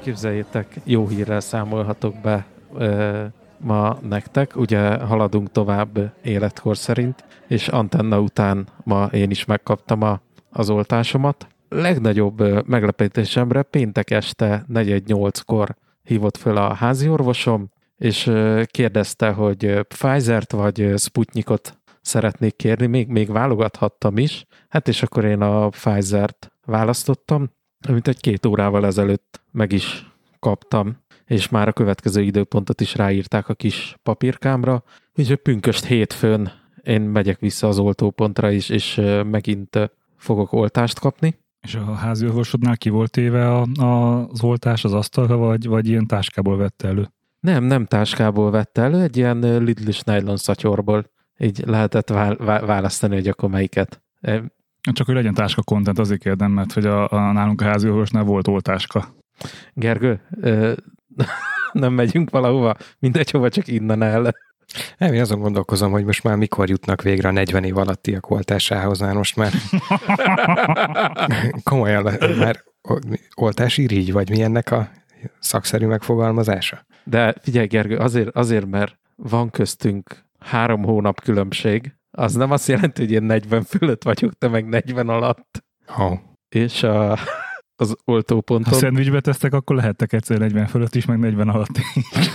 Képzeljétek, jó hírrel számolhatok be ma nektek. Ugye haladunk tovább életkor szerint, és antenna után ma én is megkaptam az oltásomat. Legnagyobb meglepetésemre péntek este 4:08-kor hívott föl a házi orvosom, és kérdezte, hogy Pfizer-t vagy Sputnikot szeretnék kérni, még válogathattam is. Hát és akkor én a Pfizer-t választottam, amit egy 2 órával ezelőtt meg is kaptam, és már a következő időpontot is ráírták a kis papírkámra. Úgyhogy pünköst hétfőn én megyek vissza az oltópontra is, és megint fogok oltást kapni. És a házi orvosodnál ki volt téve az oltás az asztalra, vagy ilyen táskából vette elő? Nem táskából vette elő, egy ilyen Lidl-is nylon szatyorból. Így lehetett választani, hogy akkor melyiket. Csak hogy legyen táska content, azért kérdem, mert hogy nálunk a házi orvosnál volt oltáska. Gergő, nem megyünk valahova, mindegy hova, csak innen el. Nem, én azon gondolkozom, hogy most már mikor jutnak végre a 40 év alattiak oltásához, már most már komolyan már oltásirigy, vagy mi ennek a szakszerű megfogalmazása? De figyelj, Gergő, azért mert van köztünk 3 hónap különbség, az nem azt jelenti, hogy én 40 fölött vagyok, te meg 40 alatt. Oh. És az oltóponton... Ha szendvicsbe tesztek, akkor lehettek egyszer 40 fölött is, meg 40 alatt is.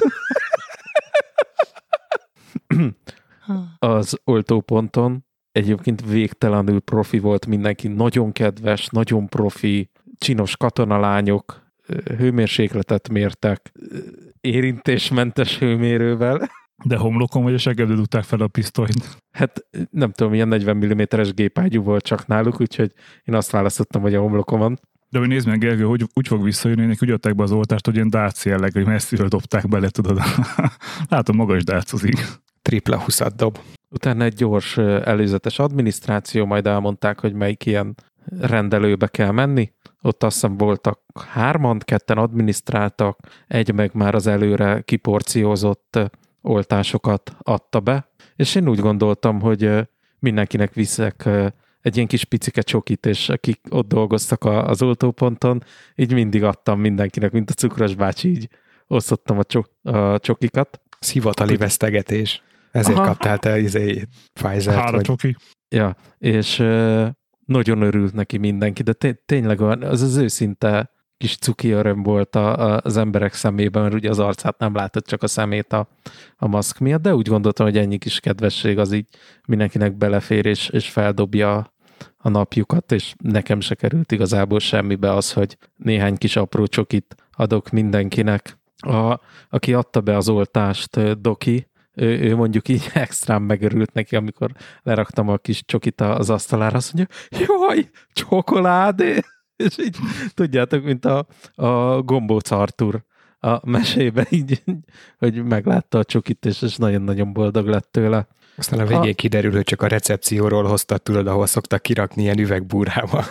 Az oltóponton egyébként végtelenül profi volt mindenki, nagyon kedves, nagyon profi, csinos katonalányok, hőmérsékletet mértek, érintésmentes hőmérővel. De homlokon vagy a seggedbe dugták fel a pisztolyt? Hát nem tudom, ilyen 40 mm-es gépágyú volt csak náluk, úgyhogy én azt választottam, hogy a homlokomon. De hogy nézd meg, Gergő, hogy úgy fog visszajönni, hogy úgy adták be az oltást, hogy ilyen dárc jelleg, hogy messziről dobták bele, tudod. Látom, maga is dárcozik. Tripla 20-at dob. Utána egy gyors előzetes adminisztráció, majd elmondták, hogy melyik ilyen rendelőbe kell menni. Ott azt hiszem voltak 3-an, 2-en adminisztráltak, egy meg már az előre kiporciózott oltásokat adta be. És én úgy gondoltam, hogy mindenkinek viszek egy ilyen kis picike csokit, és akik ott dolgoztak az oltóponton, így mindig adtam mindenkinek, mint a cukros bácsi, így osztottam a csokikat. Ez hivatali vesztegetés. Ezért kaptál te Pfizer-t. 3 csoki. Ja, és nagyon örült neki mindenki, de tényleg az őszinte kis cuki öröm volt az emberek szemében, mert ugye az arcát nem látott, csak a szemét a maszk miatt, de úgy gondoltam, hogy ennyi kis kedvesség az így mindenkinek belefér, és feldobja a napjukat, és nekem se került igazából semmibe az, hogy néhány kis apró csokit adok mindenkinek. Aki adta be az oltást, Doki, ő mondjuk így extrán megörült neki, amikor leraktam a kis csokit az asztalára, azt mondja, jaj, csokoládé! És így tudjátok, mint a Gombóc Artur a mesében, így, hogy meglátta a csokit, és nagyon-nagyon boldog lett tőle. Aztán a végén kiderül, hogy csak a recepcióról hoztad, tudod, ahol szoktak kirakni ilyen üvegbúrába.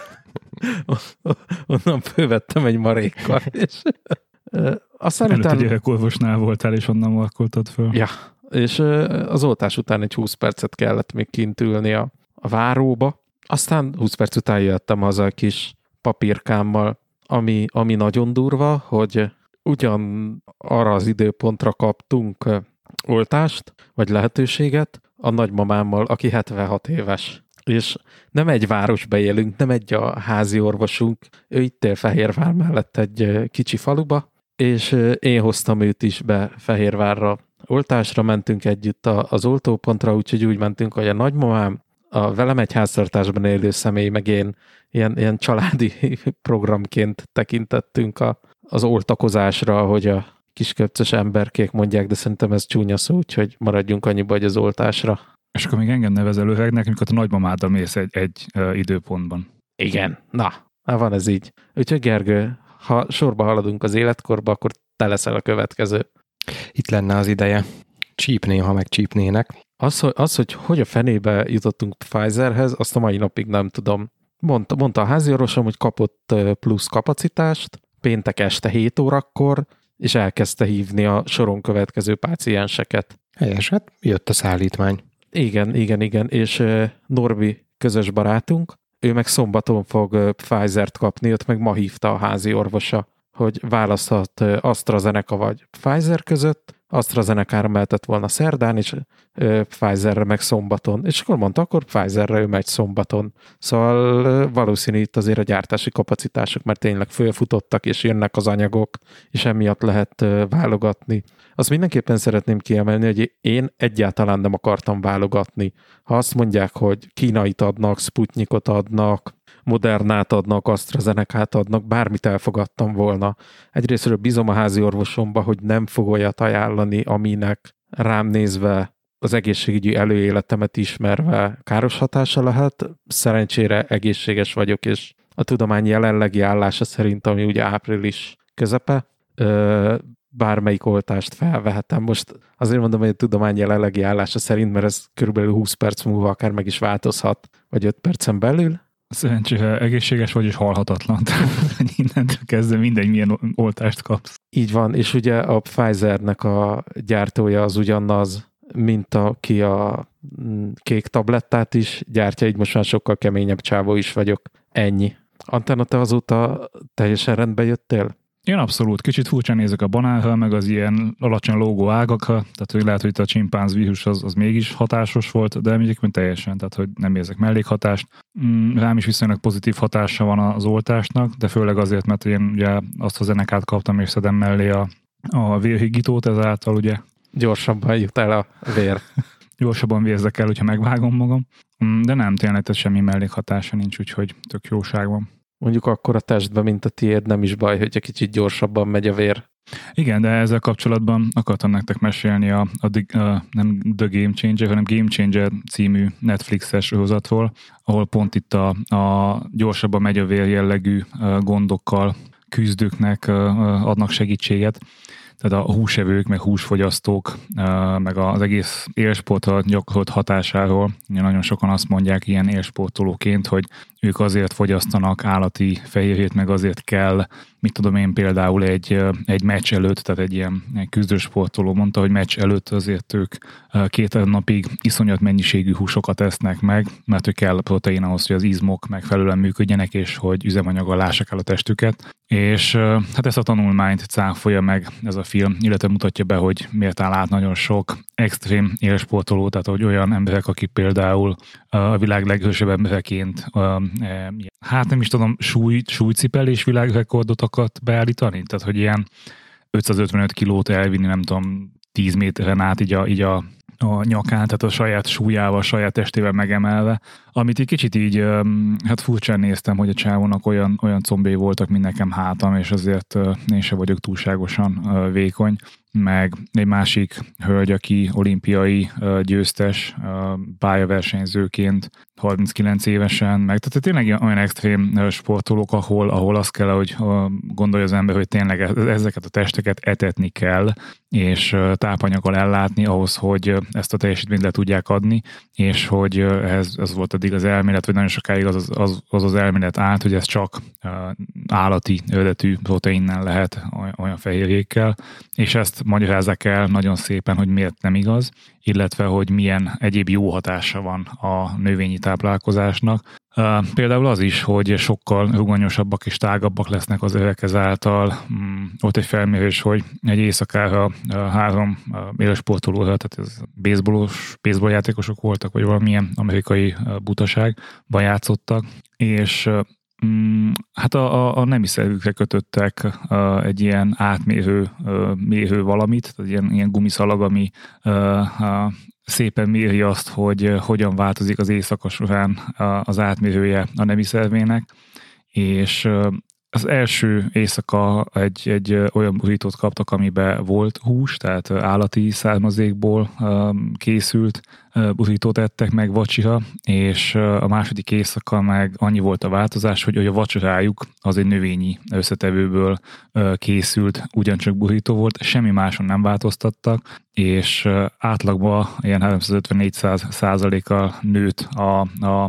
Onnan fölvettem egy marékkal, és aztán előtte gyerekorvosnál voltál, és onnan markoltad föl. Ja, és az oltás után egy 20 percet kellett még kint ülni a váróba. Aztán 20 perc után jöttem haza a kis papírkámmal, ami nagyon durva, hogy ugyan arra az időpontra kaptunk oltást, vagy lehetőséget a nagymamámmal, aki 76 éves. És nem egy városba élünk, nem egy a házi orvosunk, ő itt él Fehérvár mellett egy kicsi faluba, és én hoztam őt is be Fehérvárra. Oltásra mentünk együtt az oltópontra, úgyhogy úgy mentünk, hogy a nagymamám, a velem egy háztartásban élő személy, meg én ilyen családi programként tekintettünk az oltakozásra, hogy a kisköpcös emberkék mondják, de szerintem ez csúnya szó, úgyhogy maradjunk annyiba, hogy az oltásra. És akkor még engem nevezel öregnek, amikor a nagymamáddal mész egy időpontban. Igen, na, van ez így. Úgyhogy Gergő, ha sorba haladunk az életkorba, akkor te leszel a következő. Itt lenne az ideje. Csípné, ha megcsípnének. Az, hogy a fenébe jutottunk Pfizerhez, azt a mai napig nem tudom. Mondta a háziorvosom, hogy kapott plusz kapacitást, péntek este 7 órakor, és elkezdte hívni a soron következő pácienseket. Helyes, hát jött a szállítmány. Igen, és Norbi közös barátunk, ő meg szombaton fog Pfizer-t kapni, őt meg ma hívta a házi orvosa. hogy választhat AstraZeneca vagy Pfizer között, AstraZeneca-ra mehetett volna szerdán, és Pfizerre meg szombaton. És akkor mondta, akkor Pfizerre ő megy szombaton. Szóval valószínű itt azért a gyártási kapacitások, mert tényleg fölfutottak, és jönnek az anyagok, és emiatt lehet válogatni. Azt mindenképpen szeretném kiemelni, hogy én egyáltalán nem akartam válogatni. Ha azt mondják, hogy Kínait adnak, Sputnikot adnak, Modernát adnak, AstraZenecát adnak, bármit elfogadtam volna. Egyrésztről bízom a házi orvosomba, hogy nem fog olyat ajánlani, aminek rám nézve az egészségügyi előéletemet ismerve káros hatása lehet. Szerencsére egészséges vagyok, és a tudomány jelenlegi állása szerint, ami ugye április közepe, bármelyik oltást felvehetem. Most azért mondom, hogy a tudomány jelenlegi állása szerint, mert ez körülbelül 20 perc múlva akár meg is változhat, vagy 5 percen belül. Szerencsére egészséges vagy és halhatatlan. Innentől kezdve mindegy, milyen oltást kapsz. Így van, és ugye a Pfizernek a gyártója az ugyanaz, mint aki a kék tablettát is gyártja, így most már sokkal keményebb csávó is vagyok. Ennyi. Antenna, te azóta teljesen rendbe jöttél? Én abszolút. Kicsit furcsán nézek a banánra, meg az ilyen alacsony lógó ágakra, tehát hogy lehet, hogy itt a csimpánz vírus az mégis hatásos volt, de egyébként teljesen, tehát hogy nem érzek mellékhatást. Rám is viszonylag pozitív hatása van az oltásnak, de főleg azért, mert én ugye azt a zenekát kaptam, és szedem mellé a vérhigítót, ezáltal ugye gyorsabban jut el a vér. Gyorsabban vérzek el, hogyha megvágom magam, de nem, tényleg semmi mellékhatása nincs, úgyhogy tök jóság van. Mondjuk akkor a testben, mint a tiéd, nem is baj, hogy egy kicsit gyorsabban megy a vér. Igen, de ezzel kapcsolatban akartam nektek mesélni nem The Game Changer, hanem Game Changer című Netflixes sorozatról, ahol pont itt a gyorsabban megy a vér jellegű gondokkal küzdőknek adnak segítséget. Tehát a húsevők, meg húsfogyasztók, meg az egész élsportra gyakorolt hatásáról. Nagyon sokan azt mondják ilyen élsportolóként, hogy ők azért fogyasztanak állati fehérjét, meg azért kell, mit tudom én például egy meccs előtt, tehát egy ilyen küzdősportoló mondta, hogy meccs előtt azért ők 2 napig iszonyat mennyiségű húsokat esznek meg, mert hogy kell protein ahhoz, hogy az izmok megfelelően működjenek, és hogy üzemanyaggal lássák el a testüket. És hát ezt a tanulmányt cáfolja meg ez a film, illetve mutatja be, hogy miért áll át nagyon sok extrém élsportoló, tehát hogy olyan emberek, akik például a világ leghősebb embereként hát nem is tudom, súlycipelés világrekordot akart beállítani, tehát hogy ilyen 555 kilót elvinni, nem tudom, 10 méteren át így a nyakán, tehát a saját súlyával, a saját testével megemelve, amit egy kicsit így, hát furcsán néztem, hogy a csávónak olyan combjai voltak, mint nekem hátam, és azért én sem vagyok túlságosan vékony, meg egy másik hölgy, aki olimpiai győztes, pályaversenyzőként 39 évesen, meg tehát tényleg olyan extrém sportolók, ahol azt kell, hogy gondolja az ember, hogy tényleg ezeket a testeket etetni kell, és tápanyaggal ellátni ahhoz, hogy ezt a teljesítményt le tudják adni, és hogy ez volt eddig az elmélet, vagy nagyon sokáig az elmélet állt, hogy ez csak állati eredetű proteinnel lehet, olyan fehérjékkel, és ezt magyarázzák el nagyon szépen, hogy miért nem igaz, illetve hogy milyen egyéb jó hatása van a növényi táplálkozásnak. Például az is, hogy sokkal rugalmasabbak és tágabbak lesznek az övek ezáltal. Ott egy felmérés, hogy egy éjszakára 3 élsportolóra, tehát ez baseballjátékosok voltak, vagy valamilyen amerikai butaságban játszottak, és hát a nemi szervükre kötöttek egy ilyen átmérő valamit, tehát ilyen gumiszalag, ami szépen méri azt, hogy hogyan változik az éjszaka során az átmérője a nemi szervének, és az első éjszaka egy olyan burítót kaptak, amiben volt hús, tehát állati származékból készült burítót ettek meg vacsira, és a második éjszaka meg annyi volt a változás, hogy a vacsorájuk az egy növényi összetevőből készült, ugyancsak burító volt, semmi máson nem változtattak, és átlagban ilyen 350-400%-kal nőtt a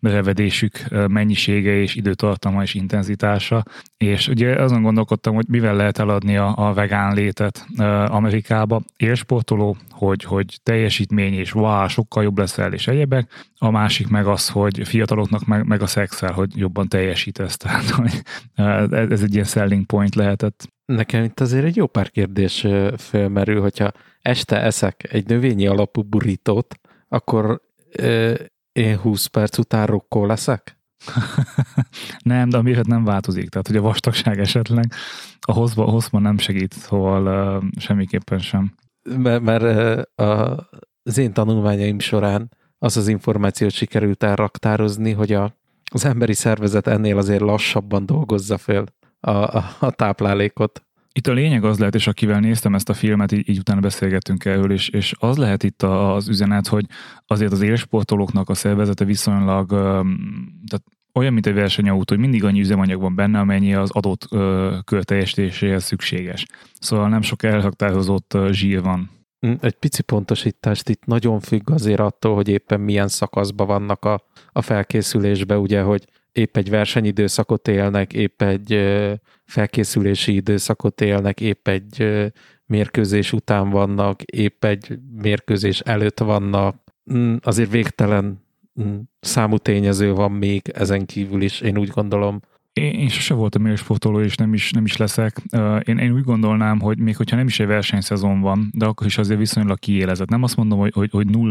levedésük mennyisége és időtartama és intenzitása. És ugye azon gondolkodtam, hogy mivel lehet eladni a vegán létet Amerikába. Élsportoló, hogy teljesítmény és sokkal jobb leszel és egyebek. A másik meg az, hogy fiataloknak meg a szexel, hogy jobban teljesítesz. Tehát, hogy ez egy ilyen selling point lehetett. Nekem itt azért egy jó pár kérdés felmerül, hogyha este eszek egy növényi alapú burítót, akkor én 20 perc után rokkó leszek? Nem, de a méret nem változik. Tehát, hogy a vastagság esetleg a hozban nem segít, szóval semmiképpen sem. Mert az én tanulmányaim során az információt sikerült elraktározni, hogy az emberi szervezet ennél azért lassabban dolgozza fel a táplálékot. Itt a lényeg az lehet, és akivel néztem ezt a filmet, így utána beszélgettünk erről, és az lehet itt az üzenet, hogy azért az élsportolóknak a szervezete viszonylag, tehát olyan, mint egy versenyautó, hogy mindig annyi üzemanyag van benne, amennyi az adott kör teljesítéséhez szükséges. Szóval nem sok elraktározott zsír van. Egy pici pontosítást itt nagyon függ azért attól, hogy éppen milyen szakaszban vannak a felkészülésbe, ugye, hogy épp egy versenyidőszakot élnek, épp egy felkészülési időszakot élnek, épp egy mérkőzés után vannak, épp egy mérkőzés előtt vannak. Azért végtelen számú tényező van még ezen kívül is, én úgy gondolom. Én sose voltam élsportoló, és nem is leszek. Én úgy gondolnám, hogy még hogyha nem is egy versenyszezon van, de akkor is azért viszonylag kiélezett. Nem azt mondom, hogy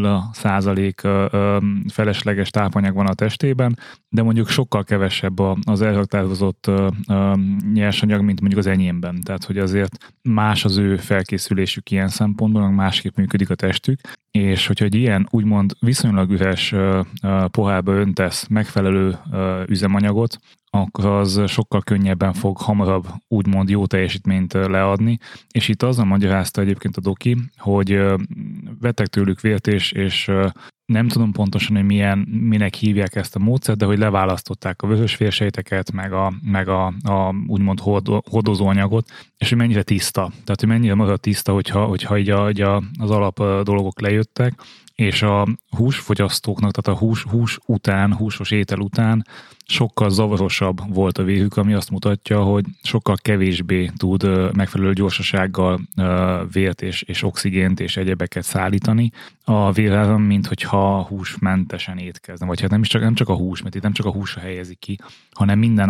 0% felesleges tápanyag van a testében, de mondjuk sokkal kevesebb az elraktározott nyersanyag, mint mondjuk az enyémben. Tehát, hogy azért más az ő felkészülésük ilyen szempontból, másképp működik a testük, és hogyha egy ilyen úgymond viszonylag üres pohárba öntesz megfelelő üzemanyagot, akkor az sokkal könnyebben fog hamarabb úgymond jó teljesítményt leadni, és itt azzal magyarázta egyébként a doki, hogy vettek tőlük vért, és nem tudom pontosan, hogy minek hívják ezt a módszert, de hogy leválasztották a vörös vérsejteket, meg a úgymond hordozóanyagot, és hogy mennyire tiszta. Tehát, hogy mennyire marad tiszta, hogyha így az alap dolgok lejöttek, és a húsfogyasztóknak, tehát a hús után, húsos étel után sokkal zavarosabb volt a vérük, ami azt mutatja, hogy sokkal kevésbé tud megfelelő gyorsasággal vért és oxigént és egyebeket szállítani a vérában, mint hogyha húsmentesen étkezne. Vagy hát nem csak a hús, mert itt nem csak a húsra helyezik ki, hanem minden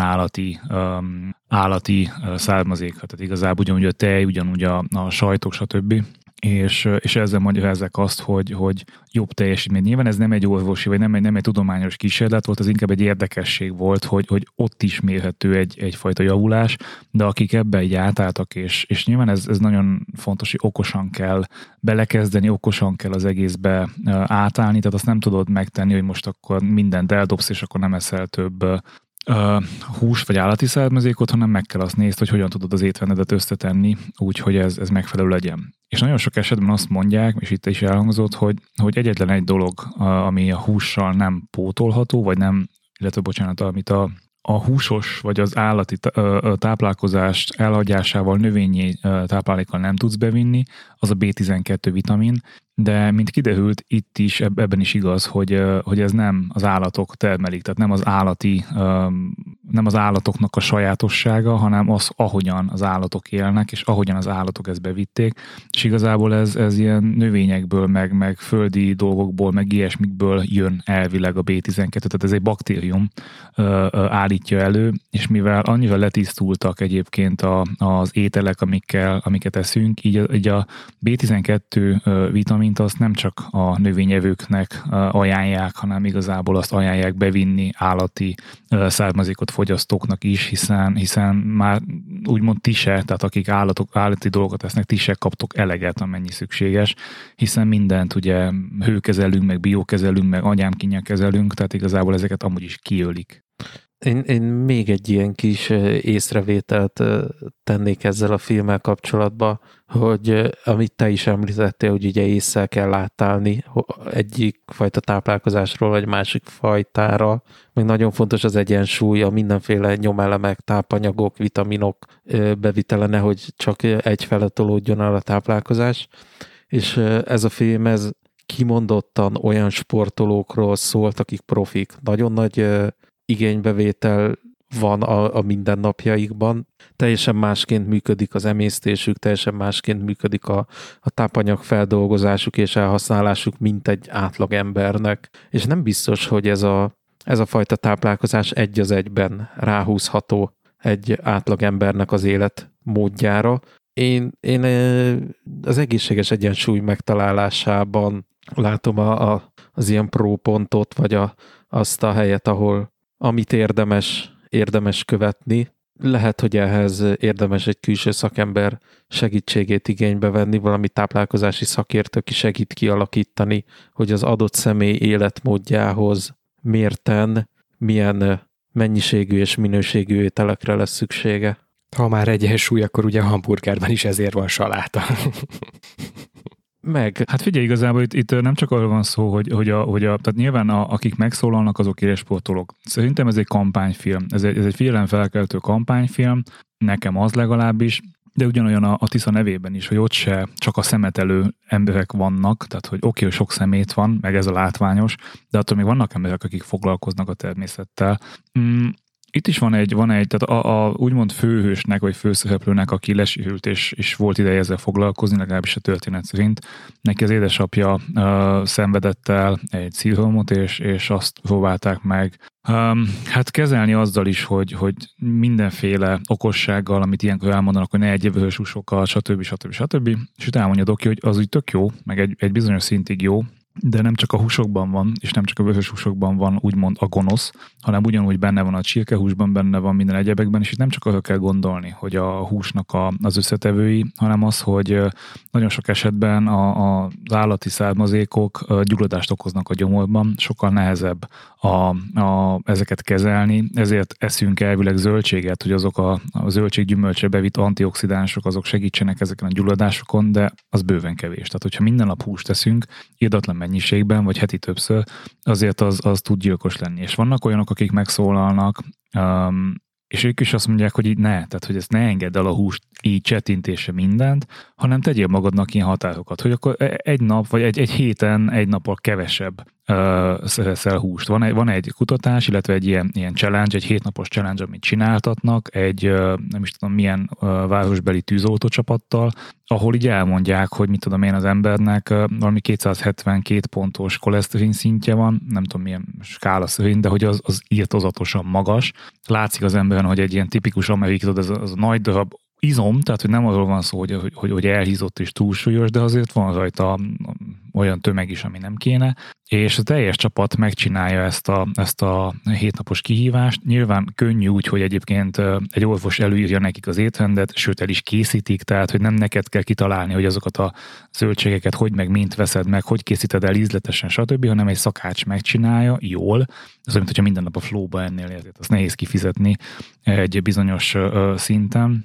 állati származék. Tehát igazából ugyanúgy a tej, ugyanúgy a sajtok, stb. És ezzel magyarázzák azt, hogy jobb teljesítmény. Nyilván ez nem egy orvosi, vagy nem egy tudományos kísérlet volt, az inkább egy érdekesség volt, hogy ott is mérhető egyfajta javulás, de akik ebbe így átálltak, és nyilván ez nagyon fontos, hogy okosan kell belekezdeni, okosan kell az egészbe átállni, tehát azt nem tudod megtenni, hogy most akkor mindent eldobsz, és akkor nem eszel több hús vagy állati származékot, hanem meg kell azt nézni, hogy hogyan tudod az étrendedet összetenni, úgy, hogy ez megfelelő legyen. És nagyon sok esetben azt mondják, és itt is elhangzott, hogy egyetlen egy dolog, ami a hússal nem pótolható, vagy nem, illetve bocsánat, amit a húsos vagy az állati táplálkozást elhagyásával, növényi táplálékkal nem tudsz bevinni, az a B12 vitamin, de mint kiderült, itt is, ebben is igaz, hogy ez nem az állatok termelik, tehát nem az állatoknak a sajátossága, hanem az, ahogyan az állatok élnek, és ahogyan az állatok ezt bevitték, és igazából ez ilyen növényekből, meg földi dolgokból, meg ilyesmikből jön elvileg a B12, tehát ez egy baktérium állítja elő, és mivel annyira letisztultak egyébként az ételek, amiket eszünk, így a B12 vitamint azt nem csak a növényevőknek ajánlják, hanem igazából azt ajánlják bevinni állati származékot fogyasztóknak is, hiszen már úgymond ti se, tehát akik állati dolgokat esznek, ti se kaptok eleget, amennyi szükséges, hiszen mindent ugye hőkezelünk, meg biokezelünk, meg agyámkínnyel kezelünk, tehát igazából ezeket amúgy is kiölik. Én még egy ilyen kis észrevételt tennék ezzel a filmmel kapcsolatban, hogy amit te is említettél, hogy ugye ésszel kell átállni egyik fajta táplálkozásról, vagy másik fajtára. Még nagyon fontos az egyensúly, a mindenféle nyomelemek, tápanyagok, vitaminok bevitele, nehogy csak egyfele tolódjon el a táplálkozás. És ez a film, ez kimondottan olyan sportolókról szólt, akik profik. Nagyon nagy igénybevétel van a mindennapjaikban. Teljesen másként működik az emésztésük, teljesen másként működik a tápanyag feldolgozásuk és elhasználásuk, mint egy átlag embernek. És nem biztos, hogy ez a fajta táplálkozás egy az egyben ráhúzható egy átlag embernek az életmódjára. Én az egészséges egyensúly megtalálásában látom az ilyen própontot, vagy azt a helyet, amit érdemes követni. Lehet, hogy ehhez érdemes egy külső szakember segítségét igénybe venni, valami táplálkozási szakértő, aki segít kialakítani, hogy az adott személy életmódjához mérten milyen mennyiségű és minőségű ételekre lesz szüksége. Ha már egyensúly, akkor ugye a hamburgerben is ezért van saláta. Hát figyelj, igazából itt nem csak arról van szó, hogy tehát nyilván akik megszólalnak, azok élsportolók. Szerintem ez egy kampányfilm, ez egy figyelemfelkeltő kampányfilm, nekem az legalábbis, de ugyanolyan a Tisza nevében is, hogy ott se csak a szemetelő emberek vannak, tehát hogy oké, hogy sok szemét van, meg ez a látványos, de attól még vannak emberek, akik foglalkoznak a természettel. Itt is van egy tehát a úgymond főhősnek, vagy főszereplőnek, aki lesihült, és volt ideje ezzel foglalkozni, legalábbis a történet szerint. Neki az édesapja szenvedett el egy szívrohamot, és azt próbálták meg hát kezelni azzal is, hogy mindenféle okossággal, amit ilyenkor elmondanak, hogy ne egyéb vörös húsokkal, stb. És utána mondja Doki, hogy az úgy tök jó, meg egy bizonyos szintig jó, de nem csak a húsokban van, és nem csak a vörös húsokban van úgymond a gonosz, hanem ugyanúgy benne van a csirkehúsban, benne van minden egyebekben, és itt nem csak arra kell gondolni, hogy a húsnak az összetevői, hanem az, hogy nagyon sok esetben az állati származékok gyulladást okoznak a gyomorban, sokkal nehezebb ezeket kezelni, ezért eszünk elvileg zöldséget, hogy azok a zöldséggyümölcsre bevitt antioxidánsok, azok segítsenek ezeken a gyulladásokon, de az bőven kevés. Tehát, hogyha minden nap húst teszünk, irdatlan mennyiségben, vagy heti többször, azért az tud gyilkos lenni. És vannak olyanok, akik megszólalnak, és ők is azt mondják, hogy így tehát hogy ezt ne engedd el a húst így csettintésre mindent, hanem tegyél magadnak ilyen határokat, hogy akkor egy nap, vagy egy héten egy nappal kevesebb szereszel húst. Van egy kutatás, illetve egy ilyen challenge, egy 7 napos challenge, amit csináltatnak, egy nem is tudom milyen városbeli tűzoltócsapattal, ahol így elmondják, hogy mit tudom én, az embernek valami 272 pontos koleszterin szintje van, nem tudom milyen skála szerint, de hogy az irtózatosan magas. Látszik az emberen, hogy egy ilyen tipikus amerikai, az a nagy darab izom, tehát hogy nem arról van szó, hogy elhízott és túlsúlyos, de azért van rajta olyan tömeg is, ami nem kéne, és a teljes csapat megcsinálja ezt a 7 napos kihívást. Nyilván könnyű úgy, hogy egyébként egy orvos előírja nekik az étrendet, sőt el is készítik, tehát hogy nem neked kell kitalálni, hogy azokat a zöldségeket hogy meg mint veszed meg, hogy készíted el ízletesen, stb., hanem egy szakács megcsinálja jól. Ez olyan, hogyha minden nap a flowba ennél, ezért azt nehéz kifizetni egy bizonyos szinten.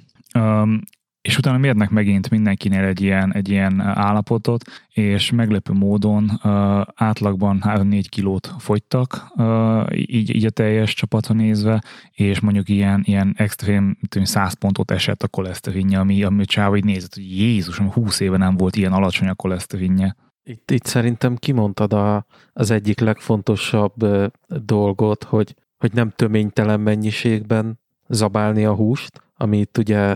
És utána mérnek megint mindenkinél egy ilyen állapotot, és meglepő módon átlagban 3-4 kilót fogytak, így a teljes csapatra nézve, és mondjuk ilyen extrém 100 pontot esett a koleszterinje, ami Csávó így nézett, hogy Jézusom, 20 éve nem volt ilyen alacsony a koleszterinje. Itt szerintem kimondtad az egyik legfontosabb dolgot, hogy nem töménytelen mennyiségben zabálni a húst, ami itt ugye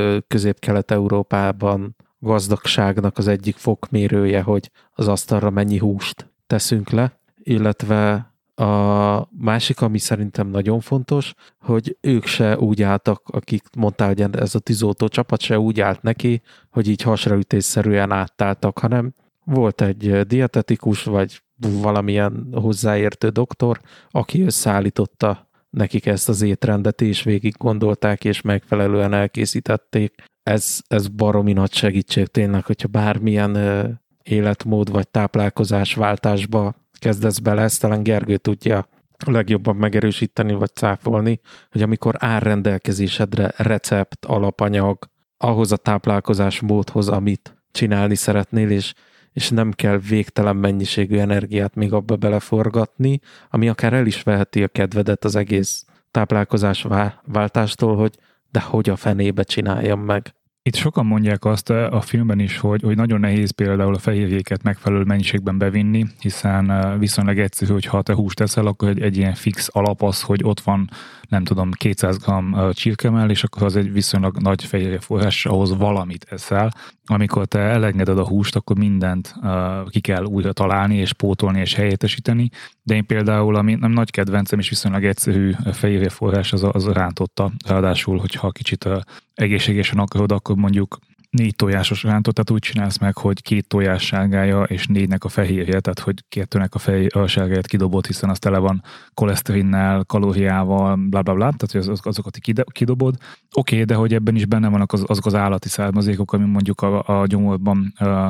Közép-Kelet-Európában gazdagságnak az egyik fokmérője, hogy az asztalra mennyi húst teszünk le, illetve a másik, ami szerintem nagyon fontos, hogy ők se úgy álltak, akik mondtál, hogy ez a tűzoltó csapat se úgy állt neki, hogy így hasraütésszerűen áttáltak, hanem volt egy dietetikus, vagy valamilyen hozzáértő doktor, aki összeállította nekik ezt az étrendet, és végig gondolták, és megfelelően elkészítették. Ez baromi nagy segítség tényleg, hogyha bármilyen életmód vagy táplálkozás váltásba kezdesz bele, ezt talán Gergő tudja legjobban megerősíteni vagy cáfolni, hogy amikor áll rendelkezésedre recept, alapanyag, ahhoz a táplálkozás módhoz, amit csinálni szeretnél, és nem kell végtelen mennyiségű energiát még abba beleforgatni, ami akár el is veheti a kedvedet az egész táplálkozás váltástól, hogy de hogy a fenébe csináljam meg. Itt sokan mondják azt a filmben is, hogy nagyon nehéz például a fehérjéket megfelelő mennyiségben bevinni, hiszen viszonylag egyszerű, hogy ha te húst eszel, akkor egy ilyen fix alap az, hogy ott van, nem tudom, 200 g csirkemell, és akkor az egy viszonylag nagy fehérjeforrás, ahhoz valamit eszel. Amikor te elengeded a húst, akkor mindent ki kell újra találni, és pótolni, és helyettesíteni. De én például, ami nem nagy kedvencem, és viszonylag egyszerű fehérjeforrás, az a rántotta. Ráadásul, hogyha kicsit egészségesen akarod, akkor mondjuk 4 tojásos rántot, tehát úgy csinálsz meg, hogy 2 tojás sárgája és 4-nek a fehérje, tehát hogy 2-nek a sárgáját kidobod, hiszen az tele van koleszterinnel, kalóriával, bla bla bla, tehát hogy azokat kidobod. Oké, de hogy ebben is benne vannak azok az állati származékok, ami mondjuk a gyomorban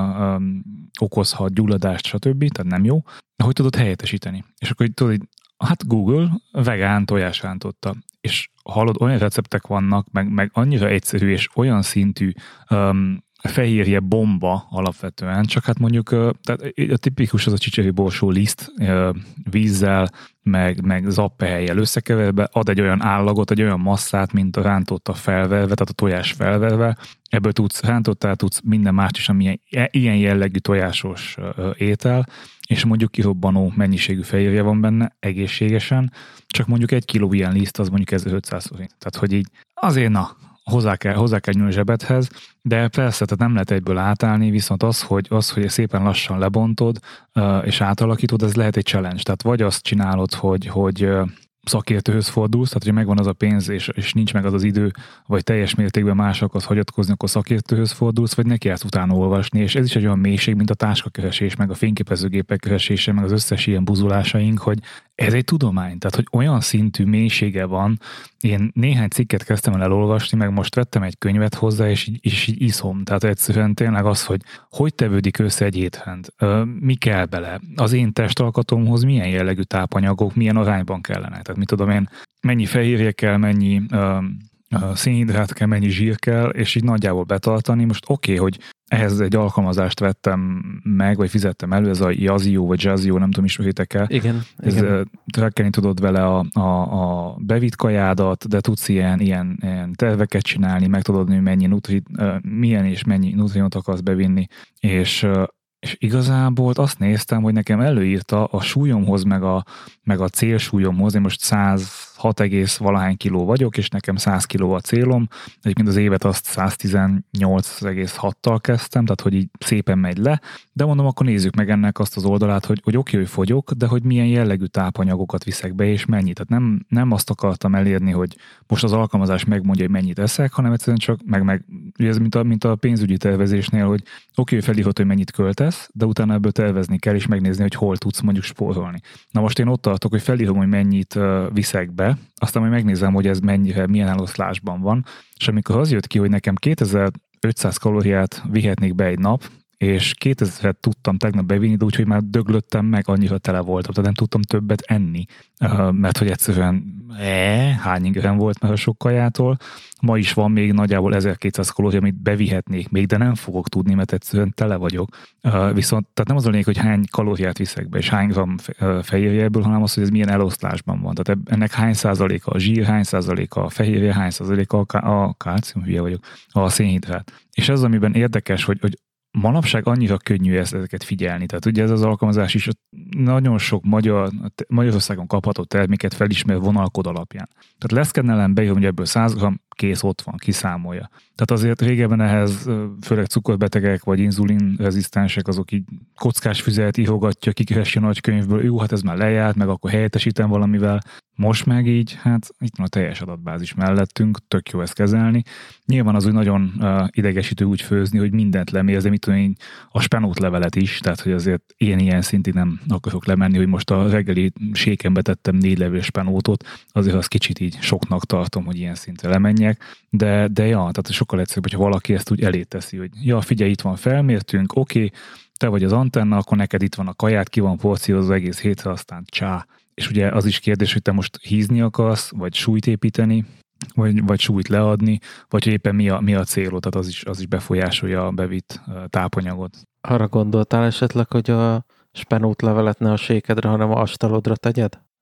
okozhat gyulladást, stb., tehát nem jó. De hogy tudod helyettesíteni? És akkor tudod, hát Google vegán tojásrántotta, és hallod, olyan receptek vannak, meg annyira egyszerű és olyan szintű fehérje bomba alapvetően, csak hát mondjuk tehát a tipikus az a csicseri borsó liszt vízzel, meg zappehelyjel összekeverve, ad egy olyan állagot, egy olyan masszát, mint a rántotta felverve, tehát a tojás felverve. Ebből rántottál tudsz minden mást is, ami ilyen jellegű tojásos étel, és mondjuk kirobbanó mennyiségű fehérje van benne, egészségesen, csak mondjuk 1 kiló ilyen liszt, az mondjuk 1500 forint. Tehát, hogy így azért hozzá kell nyúlni a zsebedhez, de persze, tehát nem lehet egyből átállni, viszont az, hogy szépen lassan lebontod és átalakítod, ez lehet egy challenge. Tehát vagy azt csinálod, hogy szakértőhöz fordulsz, tehát hogy megvan az a pénz, és nincs meg az az idő, vagy teljes mértékben másokhoz hagyatkozni, akkor szakértőhöz fordulsz, vagy neki állsz utána olvasni, és ez is egy olyan mélység, mint a táskakeresés, meg a fényképezőgépek keresése, meg az összes ilyen buzulásaink, hogy ez egy tudomány, tehát hogy olyan szintű mélysége van. Én néhány cikket kezdtem el elolvasni, meg most vettem egy könyvet hozzá, és így iszom. Tehát egyszerűen tényleg az, hogy tevődik össze egy étrend, mi kell bele, az én testalkatomhoz milyen jellegű tápanyagok, milyen arányban kellene. Tehát mit tudom én, mennyi fehérje kell, mennyi szénhidrát kell, mennyi zsír kell, és így nagyjából betartani. Most oké, hogy ehhez egy alkalmazást vettem meg, vagy fizettem elő, ez a Yazio, vagy Jazio, nem tudom, ismeritek el. Igen. Trackelni tudod vele a bevitt kajádat, de tudsz ilyen terveket csinálni, meg tudod nőni, milyen és mennyi nutriont akarsz bevinni, és igazából azt néztem, hogy nekem előírta a súlyomhoz, meg a célsúlyomhoz, én most 106, valahány kiló vagyok, és nekem 100 kiló a célom, egyébként az évet azt 118,6-tal kezdtem, tehát hogy így szépen megy le, de mondom, akkor nézzük meg ennek azt az oldalát, hogy oké, hogy fogyok, de hogy milyen jellegű tápanyagokat viszek be, és mennyit. Tehát nem azt akartam elérni, hogy most az alkalmazás megmondja, hogy mennyit eszek, hanem egyszerűen csak ez mint a pénzügyi tervezésnél, hogy oké, felírod, hogy mennyit költesz, de utána ebből tervezni kell, és megnézni, hogy hol tudsz mondjuk spórolni. Na most én ott tartok, hogy felírom, hogy mennyit viszek be, aztán majd megnézem, hogy ez milyen eloszlásban van, és amikor az jött ki, hogy nekem 2500 kalóriát vihetnék be egy nap, és 2000-et tudtam tegnap bevinni, de úgyhogy már döglöttem meg, annyira tele voltam, tehát nem tudtam többet enni, mert hogy egyszerűen hány gram volt már a sok kajától. Ma is van még nagyjából 1200 kalória, amit bevihetnék még, de nem fogok tudni, mert egyszerűen tele vagyok. Viszont tehát nem az a lényeg, hogy hány kalóriát viszek be, és hány gram fehérje ebből, hanem az, hogy ez milyen eloszlásban van. Tehát ennek hány százaléka a zsír, hány százaléka a fehérje, hány százaléka a kalcium, hülye vagyok, a szénhidrát. És ez, amiben érdekes, hogy manapság annyira könnyű ezeket figyelni. Tehát ugye ez az alkalmazás is nagyon sok Magyarországon kapható terméket felismer vonalkód alapján. Tehát leszkennelem, beírom, hogy ebből 100 g, kész, ott van, kiszámolja. Tehát azért régebben ehhez főleg cukorbetegek vagy inzulinrezisztensek, azok így kockás füzet írogatja, kikeresi a nagykönyvből, jó, hát ez már lejárt, meg akkor helyettesítem valamivel. Most meg így, hát itt van a teljes adatbázis mellettünk, tök jó ezt kezelni. Nyilván az úgy nagyon idegesítő úgy főzni, hogy mindent lemérsz, de mit tudom én, a spenótlevelet is, tehát hogy azért ilyen szintig nem akarok lemenni, hogy most a reggeli sékembe tettem 4 levél spenótot, azért az kicsit így soknak tartom, hogy ilyen szintre lemenjek, de tehát sokkal egyszerűbb, hogyha valaki ezt úgy elé teszi, hogy ja, figyelj, itt van, felmértünk, oké, te vagy az antenna, akkor neked itt van a kaját, ki van porciózva egész hétre, aztán csá. És ugye az is kérdés, hogy te most hízni akarsz, vagy súlyt építeni, vagy súlyt leadni, vagy hogy éppen mi a célod, tehát az is befolyásolja a bevitt tápanyagot. Arra gondoltál esetleg, hogy a spenótlevelet ne a sékedre, hanem a astalodra tegyed?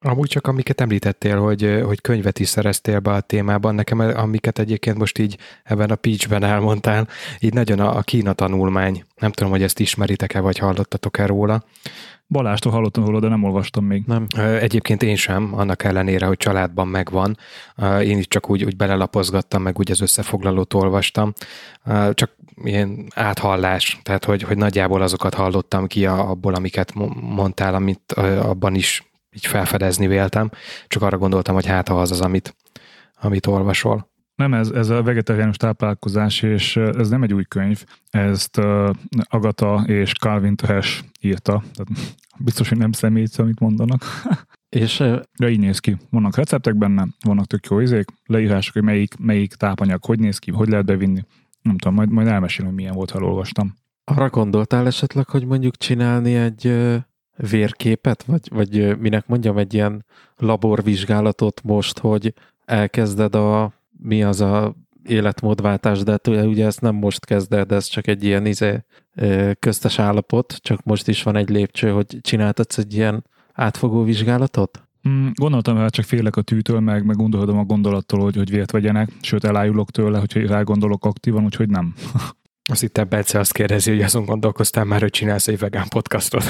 Amúgy csak amiket említettél, hogy könyvet is szereztél be a témában, nekem amiket egyébként most így ebben a pitchben elmondtál, így nagyon a Kína tanulmány. Nem tudom, hogy ezt ismeritek-e, vagy hallottatok-e róla. Balástól hallottam róla, de nem olvastam még. Nem. Egyébként én sem, annak ellenére, hogy családban megvan. Én is csak úgy belelapozgattam, meg úgy az összefoglalót olvastam. Csak ilyen áthallás, tehát hogy nagyjából azokat hallottam ki abból, amiket mondtál, amit abban is így felfedezni véltem. Csak arra gondoltam, hogy hát az, amit olvasol. Nem, ez a vegetáriánus táplálkozás, és ez nem egy új könyv, ezt Agatha és Calvin Toesch írta. Tehát biztos, hogy nem személyt, amit mondanak. És de így néz ki. Vannak receptek benne, vannak tök jó izék, leírások, hogy melyik tápanyag hogy néz ki, hogy lehet bevinni. Nem tudom, majd elmesélem, hogy milyen volt, ha olvastam. arra gondoltál esetleg, hogy mondjuk csinálni egy vérképet, vagy minek mondjam, egy ilyen laborvizsgálatot most, hogy elkezded mi az a életmódváltás, de ugye ezt nem most kezded, ez csak egy ilyen köztes állapot, csak most is van egy lépcső, hogy csináltatsz egy ilyen átfogó vizsgálatot? Gondoltam, hogy csak félek a tűtől, meg gondolkodom a gondolattól, hogy vért vegyenek, sőt elájulok tőle, hogy rágondolok aktívan, úgyhogy nem. Azt hittem, Bence azt kérdezi, hogy azon gondolkoztál már, hogy csinálsz egy vegán podcastot.